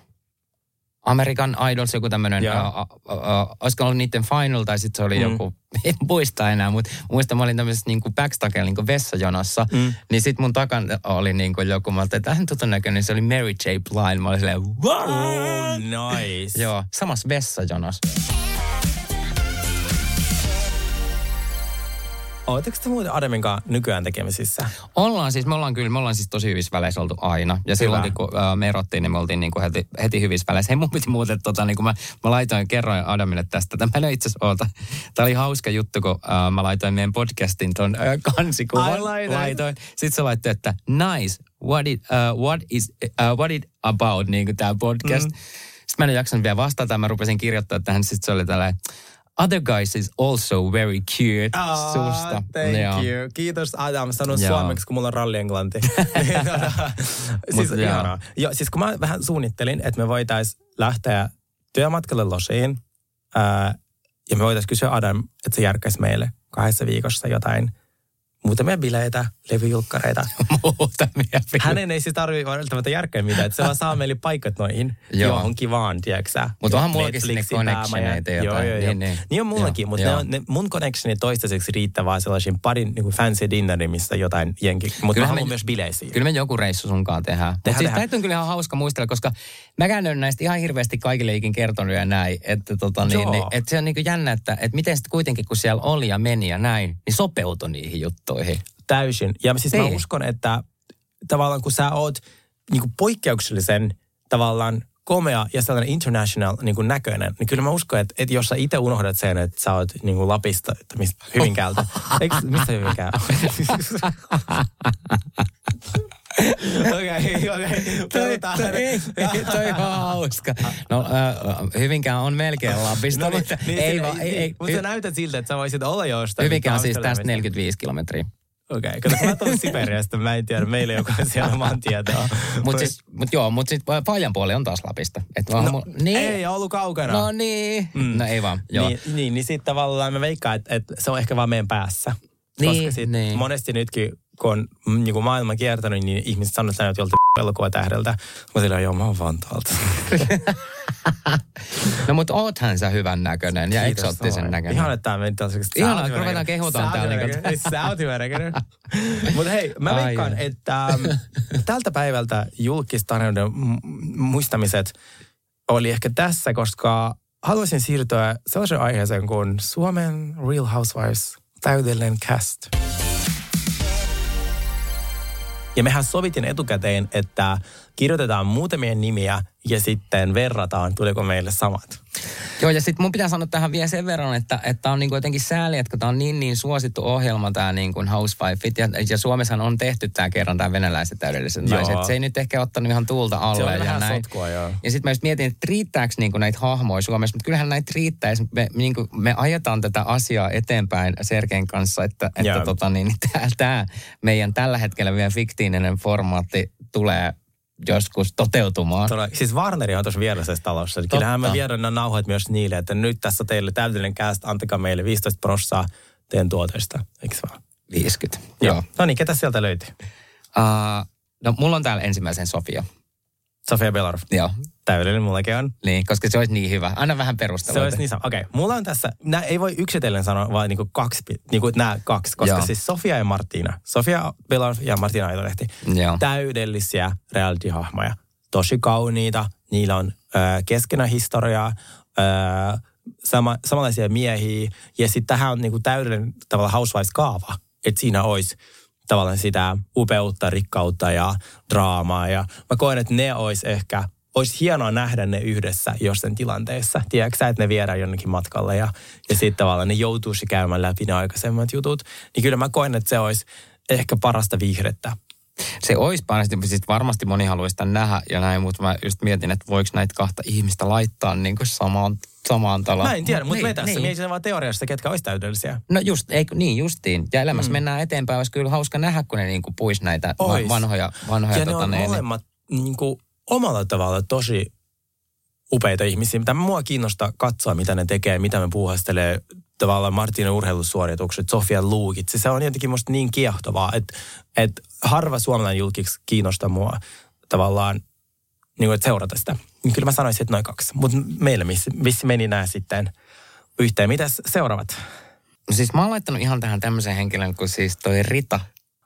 American Idols, joku tämmönen, äh, äh, äh, olisiko ollut niiden final, tai sitten se oli mm. joku, en muista enää, mutta muistan, mä olin tämmöisessä niin kuin backstagella niin kuin vessajonossa, mm. niin sitten mun takana oli niin kuin joku, mä olin, että tähän tutun näköinen, niin se oli Mary J. Blige, mä olin silleen, what? Oh, nice. Joo, samassa vessajonossa. Oletteko te muuten Adamin kanssa nykyään tekemisissä? Ollaan siis, me ollaan kyllä, me ollaan siis tosi hyvissä väleissä oltu aina. Ja silloinkin kun uh, me erottiin, niin me oltiin niin kuin heti, heti hyvissä väleissä. Hei, mun piti muuten, tota, niin kun mä, mä laitoin, kerroin Adamille tästä. Tämä en itse asiassa oota. Tämä oli hauska juttu, kun uh, mä laitoin meidän podcastin ton uh, kansikuvan. Laitoin. Sitten se laittoi, että nice, what it, uh, what is, uh, what it about, niin kuin tämä podcast. Mm. Sitten mä en jaksanut vielä vastata, mä rupesin kirjoittaa tähän, sitten se oli tällainen, other guys is also very cute. Oh, susta. Thank Joo. you. Kiitos Adam. Sano suomeksi, kun mulla on rallienglanti. Siis Mut, ihanaa. Joo, siis kun mä vähän suunnittelin, että me voitais lähteä työmatkalle Losiin, ää, ja me voitais kysyä Adam, että se järkkäisi meille kahdessa viikossa jotain muutamia bileitä, levyjulkkareita. Muutamia bileitä. Hänen ei siis tarvitse välttämättä järkkää mitään, että se vaan saa meille paikat noihin johonkin vaan, tiedätkö sä? Mutta onhan mullakin sinne connectioneita jotain. Joo, joo, joo. Niin, niin. niin on mullakin, mutta ne on, ne, mun connectionit toistaiseksi riittää vaan sellaisiin parin niin kuin fancy dinnerin, missä jotain jenki. Mutta mä haluan myös bileisiin. Kyllä me joku reissu sunkaan tehdään. Mutta siis näitä on kyllä ihan hauska muistella, koska mäkään en näistä ihan hirveästi kaikille ikin kertonut ja näin. Että tota, niin, niin, et se on niin kuin jännä, että, että miten sitten kuitenkin kun siellä oli ja meni ja näin, niin sopeutui niihin juttuihin. Täysin. Ja siis Ei. mä uskon, että tavallaan kun sä oot niin kuin poikkeuksellisen tavallaan komea ja sellainen international niin kuin näköinen, niin kyllä mä uskon, että, että jos sä itse unohdat sen, että sä oot niin kuin Lapista, että mistä, Hyvinkäältä. Eikö, mistä Hyvinkää? Okei, okei. Toi, toi, toi on hauska. No, äh, Hyvinkään on melkein Lapista, no, mutta niin, ei niin, vaan. niin, Ei, mutta sä näytät siltä, että sä voisit olla jostain. Hyvinkään on siis tästä neljäkymmentäviisi kilometriä. Okei, okay, kato kun mä tulen Siperiasta, mä en tiedä, meillä ei ole siellä maantietoa. Mutta siis, mut joo, mutta sitten Pajan puoli on taas Lapista. Et no, mu- niin. Ei ollut kaukana. No niin. Mm. No ei vaan, joo. Niin, niin, niin sitten tavallaan mä veikkaan, että, että se on ehkä vaan meidän päässä. Niin, koska sit niin. monesti nytkin, kun on niin kuin maailma kiertänyt, niin ihmiset sanoo, että jolta elokuvatähdeltä. Mä silleen, joo, mä oon Vantaalta. No mutta oothan sä hyvän näköinen ja eksoottisen näköinen. Ihan, että tää meni tällaiseksi. Ihan, että ruvetaan kehutaan täällä. Sä oot hyvän näköinen. Mutta hei, mä veikkaan, Ai, että ähm, tältä päivältä julkistarinoiden muistamiset oli ehkä tässä, koska haluaisin siirtyä sellaisen aiheeseen kuin Suomen Real Housewives täydellinen cast. Ja mehän sovitin etukäteen, että kirjoitetaan muutamia nimiä ja sitten verrataan, tuleeko meille samat. Joo, ja sitten mun pitää sanoa tähän vielä sen verran, että että on niinku jotenkin sääli, että tämä on niin niin suosittu ohjelma, tämä niinku Housewifeit, ja, ja Suomessahan on tehty tämä kerran, tämä venäläiset täydelliset naiset. Se ei nyt ehkä ottanut ihan tuulta alle. Se on ja vähän näin. sotkua, joo. Ja sitten mä just mietin, että riittääkö niinku näitä hahmoja Suomessa, mutta kyllähän näitä riittäisi. Me, niinku, me ajetaan tätä asiaa eteenpäin Sergein kanssa, että, että tota, niin, tämä meidän tällä hetkellä vielä fiktiivinen formaatti tulee joskus toteutumaan. Todella, siis Warneri on tuossa vierasessa talossa. Kyllähän mä viedän nämä nauhoit myös niille, että nyt tässä on teille täydellinen cast, antakaa meille viisitoista prosenttia teidän tuotoista, eikö vaan? viisikymmentä. Joo. No niin, ketä sieltä löytyi? Uh, no mulla on täällä ensimmäisen Sofia. Sofia Belorov. Joo. Täydellinen mullakin on. Niin, koska se olisi niin hyvä. Anna vähän perustelua. Se olisi niin sama. Okei, okay. Mulla on tässä, nää ei voi yksitellen sanoa, vaan niinku kaksi, niinku nämä kaksi, koska Joo. siis Sofia ja Martina. Sofia Belorov ja Martina Aitolehti. Joo. Täydellisiä reality-hahmoja. Tosi kauniita. Niillä on ö, keskenä historiaa, ö, sama, samanlaisia miehiä. Ja sitten tähän on niinku täydellinen tavalla housewives-kaava. Että siinä olisi tavallaan sitä upeutta, rikkautta ja draamaa. Ja mä koen, että ne olisi ehkä, olisi hienoa nähdä ne yhdessä jossain tilanteessa. Tiedätkö sä, että ne viedään jonnekin matkalle ja, ja sitten tavallaan ne joutuisi käymään läpi ne aikaisemmat jutut. Niin kyllä mä koen, että se olisi ehkä parasta viihdettä. Se olisi parasti, siis varmasti moni haluaisi sitä nähdä ja näin, mutta mä just mietin, että voiko näitä kahta ihmistä laittaa niin kuin samaan, samaan taloon. Mä en tiedä, mutta niin, me tässä niin. mietin vaan teoriassa, ketkä olisi täydellisiä. No just, eikö, niin justiin. Ja elämässä mm. mennään eteenpäin, olisi kyllä hauska nähdä, kun ne niin kuin puisi näitä ois. vanhoja, vanhoja. Ja tota, ne on ne, molemmat niin kuin omalla tavalla tosi upeita ihmisiä. Mitä mua kiinnostaa katsoa, mitä ne tekee, mitä me puuhastelee. Tavallaan Martinan urheilusuoritukset, Sofian luukit. Se on jotenkin musta niin kiehtovaa, että, että harva suomalainen julkiksi kiinnostaa mua tavallaan niin kuin, että seurata sitä. Kyllä mä sanoisin, että noin kaksi. Mutta meillä missä, missä meni nämä sitten yhteen. Mitäs seuraavat? No siis mä oon laittanut ihan tähän tämmöisen henkilön kuin siis toi Rita.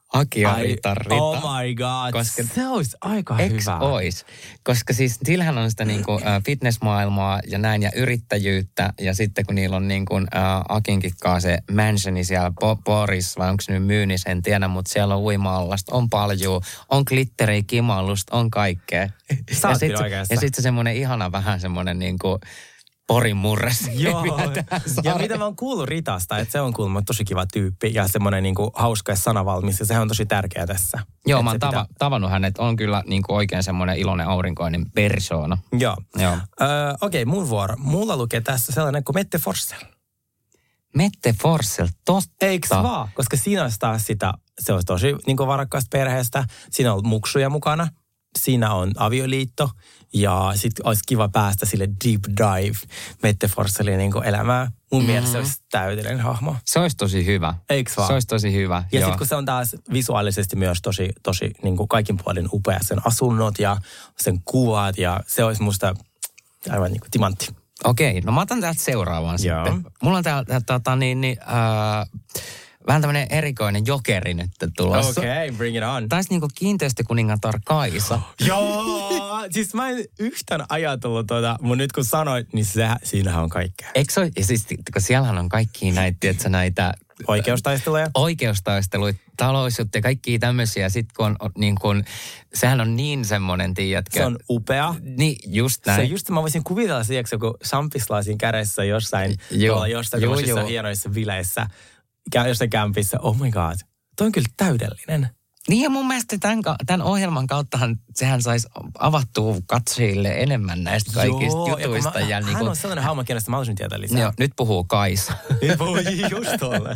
Akia Ritarita. Oh my god, koska se olisi aika eks hyvä. Ois? Koska siis sillähän on sitä niinku uh, fitnessmaailmaa ja näin ja yrittäjyyttä. Ja sitten kun niillä on niinku uh, Akinkin kanssa se mansioni siellä po- Porissa, vai onko se nyt myynnissä, en tiedä, mutta siellä on uima-allasta, on paljuu, on glitteriä, kimallusta, on kaikkea. Sä ja oot sitten oikeassa. se, sit se semmoinen ihana vähän semmoinen niinku Porin murres. Joo, ja mitä mä oon kuullut Ritasta, että se on kuulemma tosi kiva tyyppi ja semmoinen niinku hauska ja sanavalmis ja sehän on tosi tärkeää tässä. Joo, mä oon pitää... tava, tavannut hänet, on kyllä niinku oikein semmoinen iloinen aurinkoinen persoona. Joo. Joo. Öö, Okei, okay, mun vuoro. Mulla lukee tässä sellainen kuin Mette Forssell. Mette Forssell, totta. Eiks vaan? Koska siinä olisi taas sitä, se olisi tosi niinku varakkaasta perheestä, siinä on muksuja mukana. Siinä on avioliitto ja sitten olisi kiva päästä sille deep dive Mette Forssellin niin elämään. Mun mm-hmm. mielestä se olisi täydellinen hahmo. Se olisi tosi hyvä. Eiks vaan? Se olisi tosi hyvä. Ja sitten kun se on taas visuaalisesti myös tosi, tosi niin kuin kaikin puolin upea. Sen asunnot ja sen kuvat ja se olisi musta aivan niin kuin timantti. Okei, no mä otan täältä seuraavan Joo. sitten. Mulla on täällä tota, niin, niin, äh, vähän tämmöinen erikoinen jokeri nyt tulossa. Okei, okay, bring it on. Taisi niinku kiinteistökuningatar Kaisa. Joo, siis mä en yhtään ajatellut tuota, mutta nyt kun sanoit, niin se, siinähän on kaikkea. Eikö se ole, ja siis, kun siellähän on kaikkia näitä, tiedätkö, näitä Oikeustaisteluja? Oikeustaisteluja, talousjuttuja, kaikkia tämmöisiä. Sitten kun on niin kun, sehän on niin semmoinen, tiedätkö. Se on upea. Niin, just näin. Se just, mä voisin kuvitella sieltä joku champislaasin kädessä jossain, Joo. tuolla jostain Joo, tämmöisissä joo. hienoissa bileissä, jossain kämpissä. Oh my god, toi on kyllä täydellinen. Niin ja mun mielestä tämän, tämän ohjelman kauttahan sehän saisi avattua katsojille enemmän näistä kaikista Joo, jutuista. Ja ja mä, niin hän kuin, on sellainen hahmo, kenestä mä haluaisin tietää lisää. joo, nyt puhuu Kaisa. Nyt puhuu just tolle.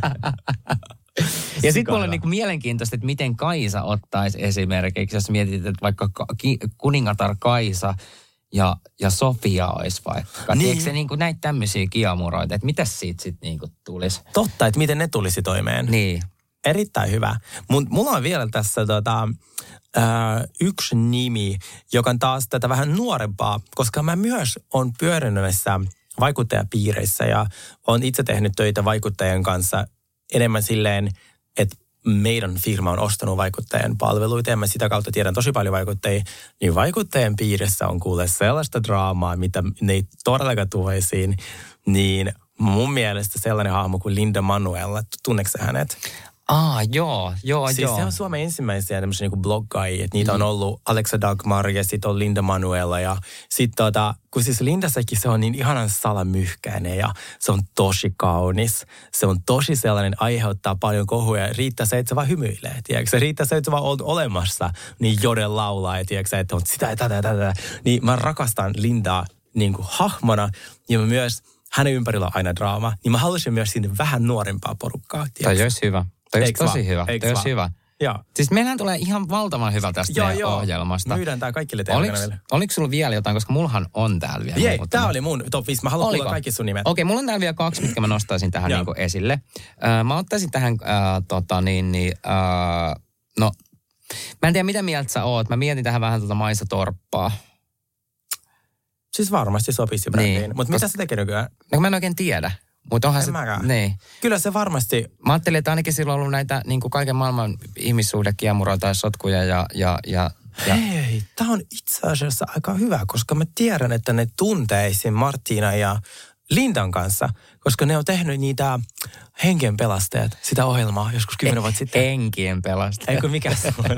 Ja sitten mulla on niinku mielenkiintoista, että miten Kaisa ottaisi esimerkiksi, jos mietit, että vaikka ka- ki- kuningatar Kaisa ja, ja Sofia olisi vaikka. Niin. Eikö se niinku näitä tämmöisiä kiamuroita, että mitäs siitä sitten niinku tulisi? Totta, että miten ne tulisi toimeen. Niin. Erittäin hyvä. Mut mulla on vielä tässä tota, ää, yksi nimi, joka on taas tätä vähän nuorempaa, koska mä myös on pyörinyt näissä vaikuttajapiireissä ja on itse tehnyt töitä vaikuttajien kanssa enemmän silleen, että meidän firma on ostanut vaikuttajien palveluita ja mä sitä kautta tiedän tosi paljon vaikuttajia, niin vaikuttajien piirissä on kuule sellaista draamaa, mitä ne ei todellakaan tule esiin, niin mun mielestä sellainen hahmo kuin Linda Manuela, tunneeko sä hänet? Aa, joo, joo, Siis joo. se on Suomen ensimmäisiä tämmöisiä niinku bloggaajia, että niitä mm. on ollut Alexa Dagmar ja sitten on Linda Manuela ja sitten tota, kun siis Lindassakin se on niin ihanan salamyhkäinen ja se on tosi kaunis. Se on tosi sellainen, aiheuttaa paljon kohuja. Riittää se, että se vaan hymyilee, tiedätkö? Se riittää se, että se vaan on olemassa, niin joden laulaa, ja tiedätkö? Että on sitä ja tätä ja tätä. Niin mä rakastan Lindaa niin kuin hahmona ja mä myös hänen ympärillä on aina draama. Niin mä haluaisin myös sinne vähän nuorempaa porukkaa, tiedätkö? Toi olisi hyvä. Toi olisi Eiks tosi vaan? hyvä. Eiks Toi olisi vaan? hyvä. Joo. Siis meillähän tulee ihan valtavan hyvä tästä Joo, meidän joo. ohjelmasta. Myydään tää kaikille Oliks, teille. oliko sulla vielä jotain, koska mullahan on täällä vielä. Jei, muutama. tää oli mun top viisi. Mä haluan kuulla kaikki sun nimet. Okei, mulla on täällä vielä kaksi, mitkä mä nostaisin tähän Joo. niinku esille. Äh, mä ottaisin tähän, äh, tota niin, niin äh, no, mä en tiedä mitä mieltä sä oot. Mä mietin tähän vähän tuota Maisa Torppaa. Siis varmasti sopisi brändiin. Niin. Mutta mitä se tekee nykyään? No mä en oikein tiedä. Mutta onhan En se, mäkään. niin. Kyllä se varmasti... Mä ajattelin, että ainakin sillä on ollut näitä niin kuin kaiken maailman ihmissuhdekiemuroita tai sotkuja ja, ja, ja, ja Hei, tää on itse asiassa aika hyvä, koska mä tiedän, että ne tunteisin Martina ja Lindan kanssa, koska ne on tehnyt niitä hengenpelastajat, sitä ohjelmaa joskus kymmenen vuotta sitten. Henkien pelastajat. Eikö mikä se oli?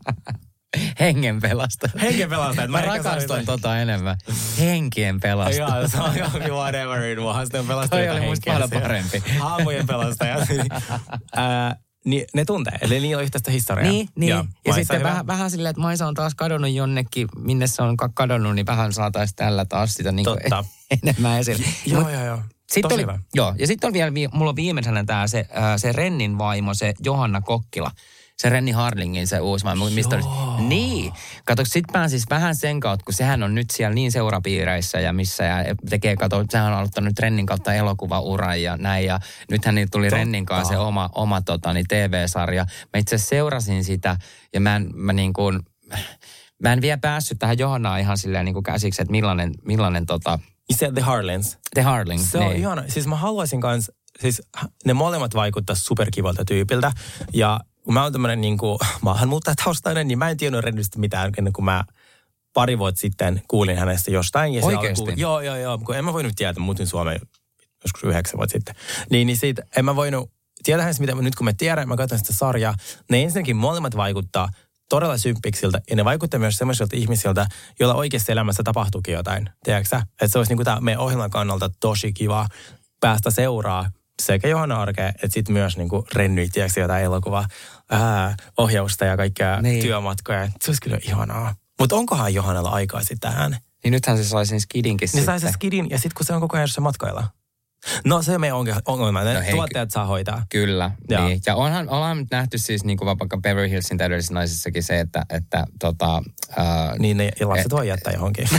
Hengen pelastajat. Hengenpelastajat. Mä rakastan tota enemmän. Henkien pelastajat. Joo, se on johonkin whatever it was. Ne on pelastajat Toi oli musta paljon parempi. Haamujen pelastajat. Ää, niin ne tuntee, eli niillä on yhteistä historiaa. Niin, niin. Ja, Ja, ja sitten vähän, vähän silleen, että Maisa on taas kadonnut jonnekin, minne se on kadonnut, niin vähän saataisiin tällä taas sitä niin kuin enemmän esille. Joo, Mut joo, joo. Sitten Tosi oli, hyvä. joo, ja sitten on vielä, mulla on viimeisenä tämä se, äh, se Rennin vaimo, se Johanna Kokkila. Se Renni Harlingin se uusi vaimo, mistä oli. Niin. Kato, sit pääsis vähän sen kautta, kun sehän on nyt siellä niin seurapiireissä ja missä ja tekee, kato, sehän on aloittanut Rennin kautta elokuvauran ja näin. Ja nythän niin tuli Totta. Rennin kanssa se oma, oma tota, niin T V-sarja. Mä itse seurasin sitä ja mä en, mä niin kuin, mä en vielä päässyt tähän Johannaan ihan silleen niin kuin käsiksi, että millainen, millainen tota... Se The Harlings. The Harlings, Se on niin. ihana. Siis mä haluaisin kans, siis ne molemmat vaikuttaa superkivalta tyypiltä ja kun mä oon tämmönen niin kuin maahanmuuttajataustainen, niin mä en tiennyt rennystä mitään ennen kuin mä pari vuotta sitten kuulin hänestä jostain. Ja oikeasti? Alkuun, joo, joo, joo. Kun en mä voinut tietää, muutin Suomeen joskus yhdeksän vuotta sitten. Niin, niin siitä en mä voinut tietää hänestä, mitä nyt kun mä tiedän, mä katson sitä sarjaa. Ne ensinnäkin molemmat vaikuttaa todella symppiksiltä. Ja ne vaikuttaa myös semmoisilta ihmisiltä, joilla oikeassa elämässä tapahtuukin jotain. Tiedätkö sä? Että se olisi niin kuin tämä meidän ohjelman kannalta tosi kiva päästä seuraa sekä Johanna Arkea, että sitten myös niin kuin rennyi, tiedätkö jotain elokuvaa, ää, ohjausta ja kaikkea niin. työmatkoja. Se olisi kyllä ihanaa. Mutta onkohan Johannalla aikaa sitten tähän? Niin nythän se sai sen skidinkin niin sitten. Ne sai sen skidin ja sitten kun se on koko ajan jossain matkailla. No se on meidän ongelma. Ne no tuottajat saa hoitaa. Kyllä. Ja, niin. ja onhan, ollaan nyt nähty siis niin kuin vaikka Beverly Hillsin täydellisissä naisissakin se, että, että tota... Ää, niin ne lapset et, voi jättää johonkin.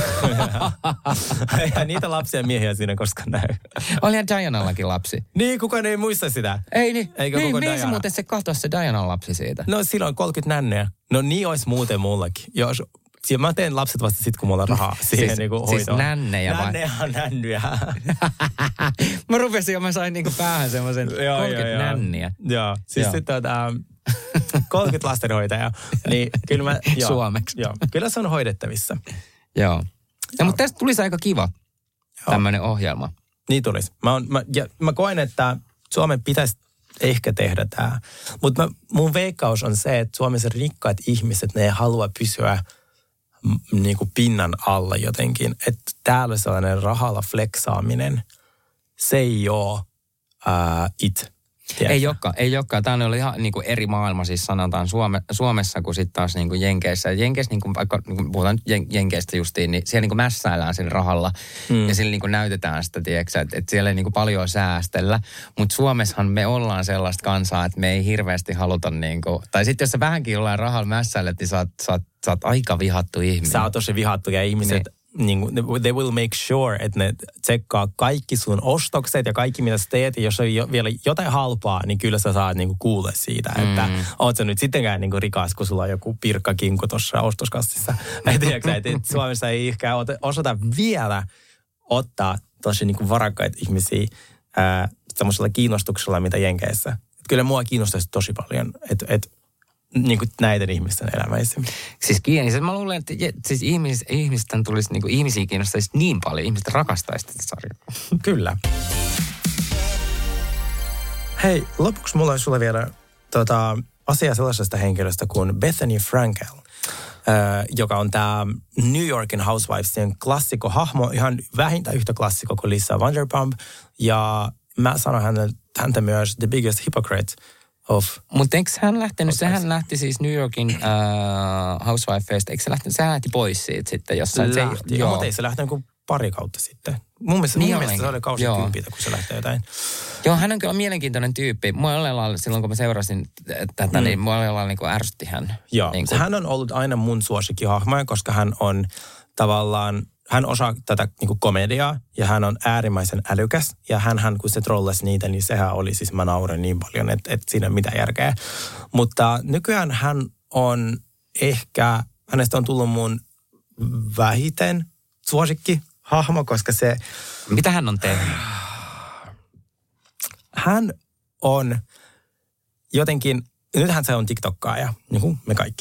Eihän niitä lapsia ja miehiä siinä koskaan näy. Olihan Dianallakin lapsi. Niin, kukaan ei muista sitä. Ei niin. Eikö niin, koko niin Diana? Se muuten se katosi se Dianan lapsi siitä. No silloin kolmekymmentä nänneä. No niin olisi muuten mullakin. Jos... Siis mä teen lapset vasta sit, kun mulla on rahaa siihen siis, niinku hoitoon. Siis nännejä vai? Nännejä on nännyjä. Mä rupesin jo, mä sain niinku päähän semmoisen kolmekymmentä nänniä. Joo, siis joo. sitten tota, kolmekymmentä lastenhoitajaa. Niin kyllä mä... Joo, suomeksi. Joo, kyllä se on hoidettavissa. Joo. Ja, mutta tästä tulisi aika kiva tämmöinen ohjelma. Niin tulisi. Mä, on, mä, ja mä koen, että Suomen pitäisi ehkä tehdä tämä. Mutta mun veikkaus on se, että Suomessa rikkaat ihmiset, ne ei halua pysyä niin kuin pinnan alla jotenkin. Että täällä sellainen rahalla fleksaaminen, se ei ole ää, it. Tiedätkö? Ei olekaan, ei olekaan. Tämä on ihan niin kuin eri maailma, siis sanotaan Suome, Suomessa kuin sitten taas niin kuin Jenkeissä. Jenkeissä, niin kuin, vaikka niin kuin puhutaan nyt Jenkeistä justiin, niin siellä niin kuin mässäillään sillä rahalla mm. ja sillä niin kuin näytetään sitä, tiedätkö, että, että siellä ei niin kuin paljon säästellä. Mutta Suomessahan me ollaan sellaista kansaa, että me ei hirveästi haluta niin kuin, tai sitten jos sä vähänkin jollain rahalla mässäilet, niin sä oot, sä oot, sä oot aika vihattu ihminen. Sä oot tosi vihattu ja ihmiset... Niin. Niin, they will make sure, että ne tsekkaa kaikki sun ostokset ja kaikki, mitä sä teet. Ja jos on jo, vielä jotain halpaa, niin kyllä sä saat niinku kuulla siitä, mm. että oot sä nyt sittenkään niinku rikas, kun sulla on joku pirkkakinku tuossa ostoskassissa. Tiedätkö, että et Suomessa ei ehkä osata vielä ottaa tosi niinku varakkaita ihmisiä ää, semmoisella kiinnostuksella, mitä Jenkeissä. Et kyllä mua kiinnostaisi tosi paljon, että et, niin kuin näiden ihmisten elämäisiin. Siis kiinni. Mä luulen, että siis ihmis, ihmisten tulisi, niin kuin ihmisiä kiinnostaisi niin paljon. Ihmiset rakastaisi tätä sarjaa. Kyllä. Hei, lopuksi mulla olisi sulle vielä tota, asia sellaisesta henkilöstä kuin Bethany Frankel, äh, joka on tämä New Yorkin Housewivesien klassikkohahmo, ihan vähintään yhtä klassikko kuin Lisa Vanderpump. Ja mä sanon häntä, häntä myös The Biggest Hypocrite of... Mutta eikö hän lähtenyt, sehän lähti siis New Yorkin uh, Housewifeista, eikö se lähtenyt, se lähti pois siitä sitten jossain? Lähti, se, joo. Mutta ei se lähtenyt kuin pari kautta sitten. Mun mielestä, niin mun mielestä se oli kausi kympiltä, kun se lähtee jotain. Joo, hän on kyllä mielenkiintoinen tyyppi. Mua jollain silloin, kun mä seurasin tätä, mm. niin mua jollain niin kuin ärsytti hän. Joo, niin kuin... hän on ollut aina mun suosikkihahmoja, koska hän on tavallaan... Hän osaa tätä niin kuin komediaa ja hän on äärimmäisen älykäs. Ja hänhän, kun se trollasi niitä, niin sehän oli siis, mä nauren niin paljon, että, että siinä ei ole mitään järkeä. Mutta nykyään hän on ehkä, hänestä on tullut mun vähiten suosikkihahmo, koska se... Mitä hän on tehnyt? Hän on jotenkin, nythän se on TikTokkaaja, niin kuin me kaikki.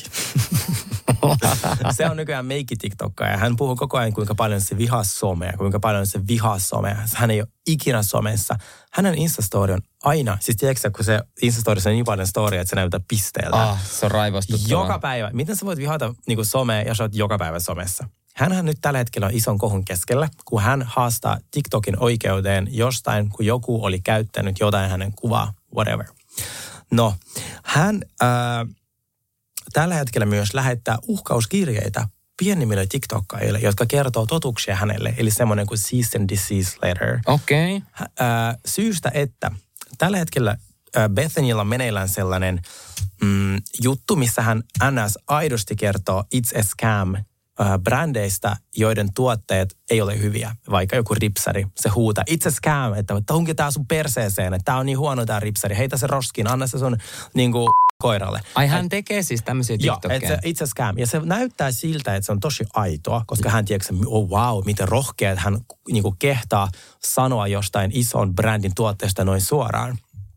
Se on nykyään meikki-tiktokkaaja. Hän puhuu koko ajan, kuinka paljon se vihaa somea, kuinka paljon se vihaa somea. Hän ei ole ikinä somessa. Hänen Instastory on aina, siis tiedätkö kun se Instastorissa on niin paljon storia, että se näyttää pisteeltä. Ah, se on raivostuttavaa. Joka päivä. Miten sä voit vihata niin kuin somea, jos olet joka päivä somessa? Hänhän nyt tällä hetkellä on ison kohun keskellä, kun hän haastaa TikTokin oikeuteen jostain, kun joku oli käyttänyt jotain hänen kuvaa, whatever. No, hän... Äh, Tällä hetkellä myös lähettää uhkauskirjeitä pienimmille TikTokkaille, jotka kertoo totuuksia hänelle, eli semmoinen kuin cease and desist letter. Okei. Okay. Syystä, että tällä hetkellä Bethanylla on meneillään sellainen mm, juttu, missä hän ns. Aidosti kertoo it's a scam brändeistä, joiden tuotteet ei ole hyviä. Vaikka joku ripsari, se huutaa, it's a scam, että tunki tää sun perseeseen, että tää on niin huono tää ripsari, heitä se roskiin, anna se sun niinku koiralle. Ai hän tekee siis tämmöisiä TikTokia? Joo, it's a scam. Ja se näyttää siltä, että se on tosi aitoa, koska hän tiedätkö, oh wow, miten rohkea, että hän niinku kehtaa sanoa jostain ison brändin tuotteesta noin suoraan.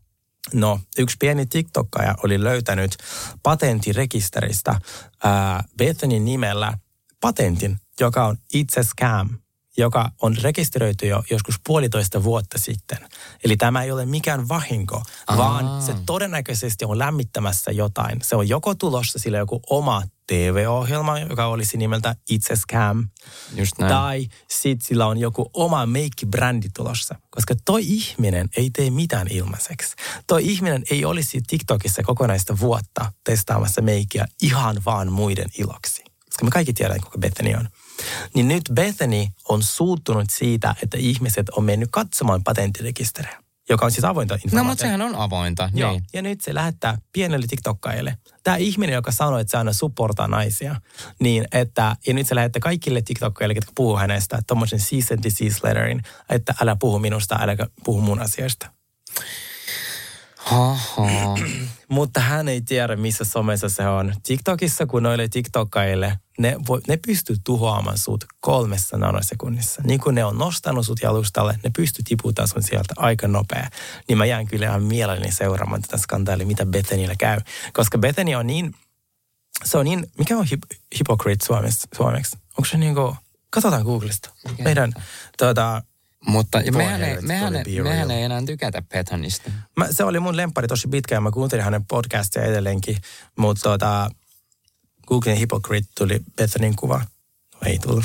No, yksi pieni TikTokkaaja oli löytänyt patenttirekisteristä ää, Bethanyn nimellä patentin, joka on It's a Scam, joka on rekisteröity jo joskus puolitoista vuotta sitten. Eli tämä ei ole mikään vahinko, Aa. vaan se todennäköisesti on lämmittämässä jotain. Se on joko tulossa sille joku oma T V-ohjelma, joka olisi nimeltä It's a Scam. Just näin. Tai sitten sillä on joku oma make-brändi tulossa. Koska toi ihminen ei tee mitään ilmaiseksi. Toi ihminen ei olisi TikTokissa kokonaista vuotta testaamassa meikiä ihan vaan muiden iloksi. Koska me kaikki tiedämme, kuka Bethany on. Niin nyt Bethany on suuttunut siitä, että ihmiset on mennyt katsomaan patenttirekisterejä, joka on siis avointa informaatiota. No, mutta sehän on avointa. Joo, niin. ja nyt se lähettää pienelle TikTokkaille. Tämä ihminen, joka sanoi, että se aina supportaa naisia, niin että, ja nyt se lähettää kaikille TikTokkaille, jotka puhuu hänestä, tommoisen cease and desist letterin, että älä puhu minusta, älä puhu mun asiasta. Haha. Mutta hän ei tiedä, missä somessa se on. TikTokissa, kun noille TikTokkaille, ne, ne pystyy tuhoamaan sut kolmessa nanosekunnissa. Niin kun ne on nostanut sut jalustalle, ne pystyy tiputtamaan sun sieltä aika nopea. Niin mä jään kyllä ihan mielelläni seuraamaan tätä skandaalia, mitä Bethanyllä käy. Koska Bethany on niin, se on niin, mikä on hip, hypocrite suomeksi? suomeksi? Onko se niin kuin, katsotaan Googlesta. Okay. Meidän, tuota... Mutta mehän ei, mehän, ei, mehän ei enää tykätä Bethanystä. Mä, se oli mun lemppari tosi pitkään ja mä kuuntelin hänen podcastia edelleenkin. Mutta tota, Googlen Hypocrite tuli Bethanyn kuva. No, ei tullut.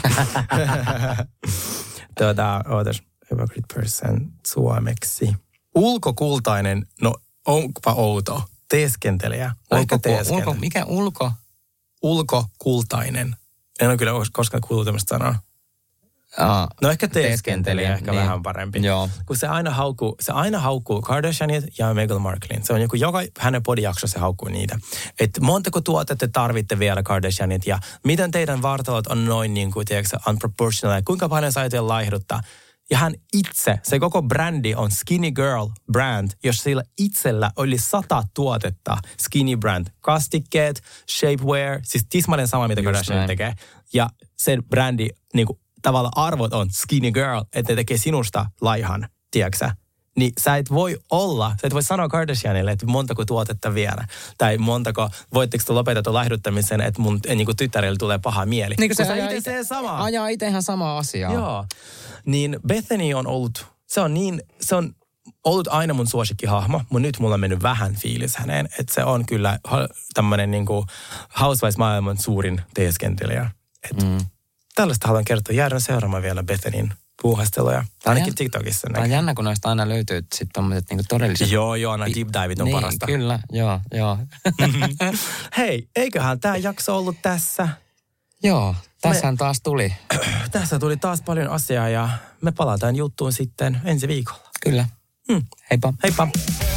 tuota, ootas, Hypocrite person suomeksi. Ulkokultainen, no onpa outo. Teeskentelijä. Ulko, ulko, mikä ulko? Ulkokultainen. En ole kyllä koskaan kuullut tämmöistä sanaa. Aa, no ehkä teeskentelijä, ehkä niin. Vähän parempi. Joo. Kun se aina haukkuu, se aina haukkuu Kardashianit ja Meghan Marklin. Se on joku, joka hänen podijaksossa haukkuu niitä. Että montako tuotetta tarvitte vielä Kardashianit ja miten teidän vartalot on noin niin kuin, tiedätkö, unproportional. Kuinka paljon saitte laihduttaa. Ja hän itse, se koko brändi on Skinny Girl brand, jos sillä itsellä oli sata tuotetta Skinny brand. Kastikkeet, shapewear, siis tismalleen sama, mitä Kardashian tekee. Ja sen brändi, niin kuin, tavallaan arvot on Skinny Girl, että ne tekee sinusta laihan, tiedätkö? Niin sä et voi olla, sä et voi sanoa Kardashianille, että montako tuotetta vielä. Tai montako, voitteko te lopettaa tuon laihduttamisen, että mun niin kuin tyttärelle tulee paha mieli. Niin kuin se ajaa ajaa itse ite, samaa. Ajaa itse ihan samaa asiaa. Joo. Niin Bethany on ollut, se on niin, se on ollut aina mun suosikkihahmo, mutta nyt mulla on mennyt vähän fiilis häneen. Että se on kyllä tämmöinen niin kuin Housewives-maailman suurin teeskentelijä. Että mm. tällaista haluan kertoa. Jäädään seuraamaan vielä Bethanyn puuhasteluja. Ainakin TikTokissa. Tämä on jännä, kun noista aina löytyy sitten tommoset niinku todelliset... Joo, joo, aina deep diveit on niin, parasta. Kyllä, joo, joo. Hei, eiköhän tämä jakso ollut tässä? Joo, tässähän me, taas tuli. Tässä tuli taas paljon asiaa ja me palataan juttuun sitten ensi viikolla. Kyllä. Hmm. Heippa. Heippa.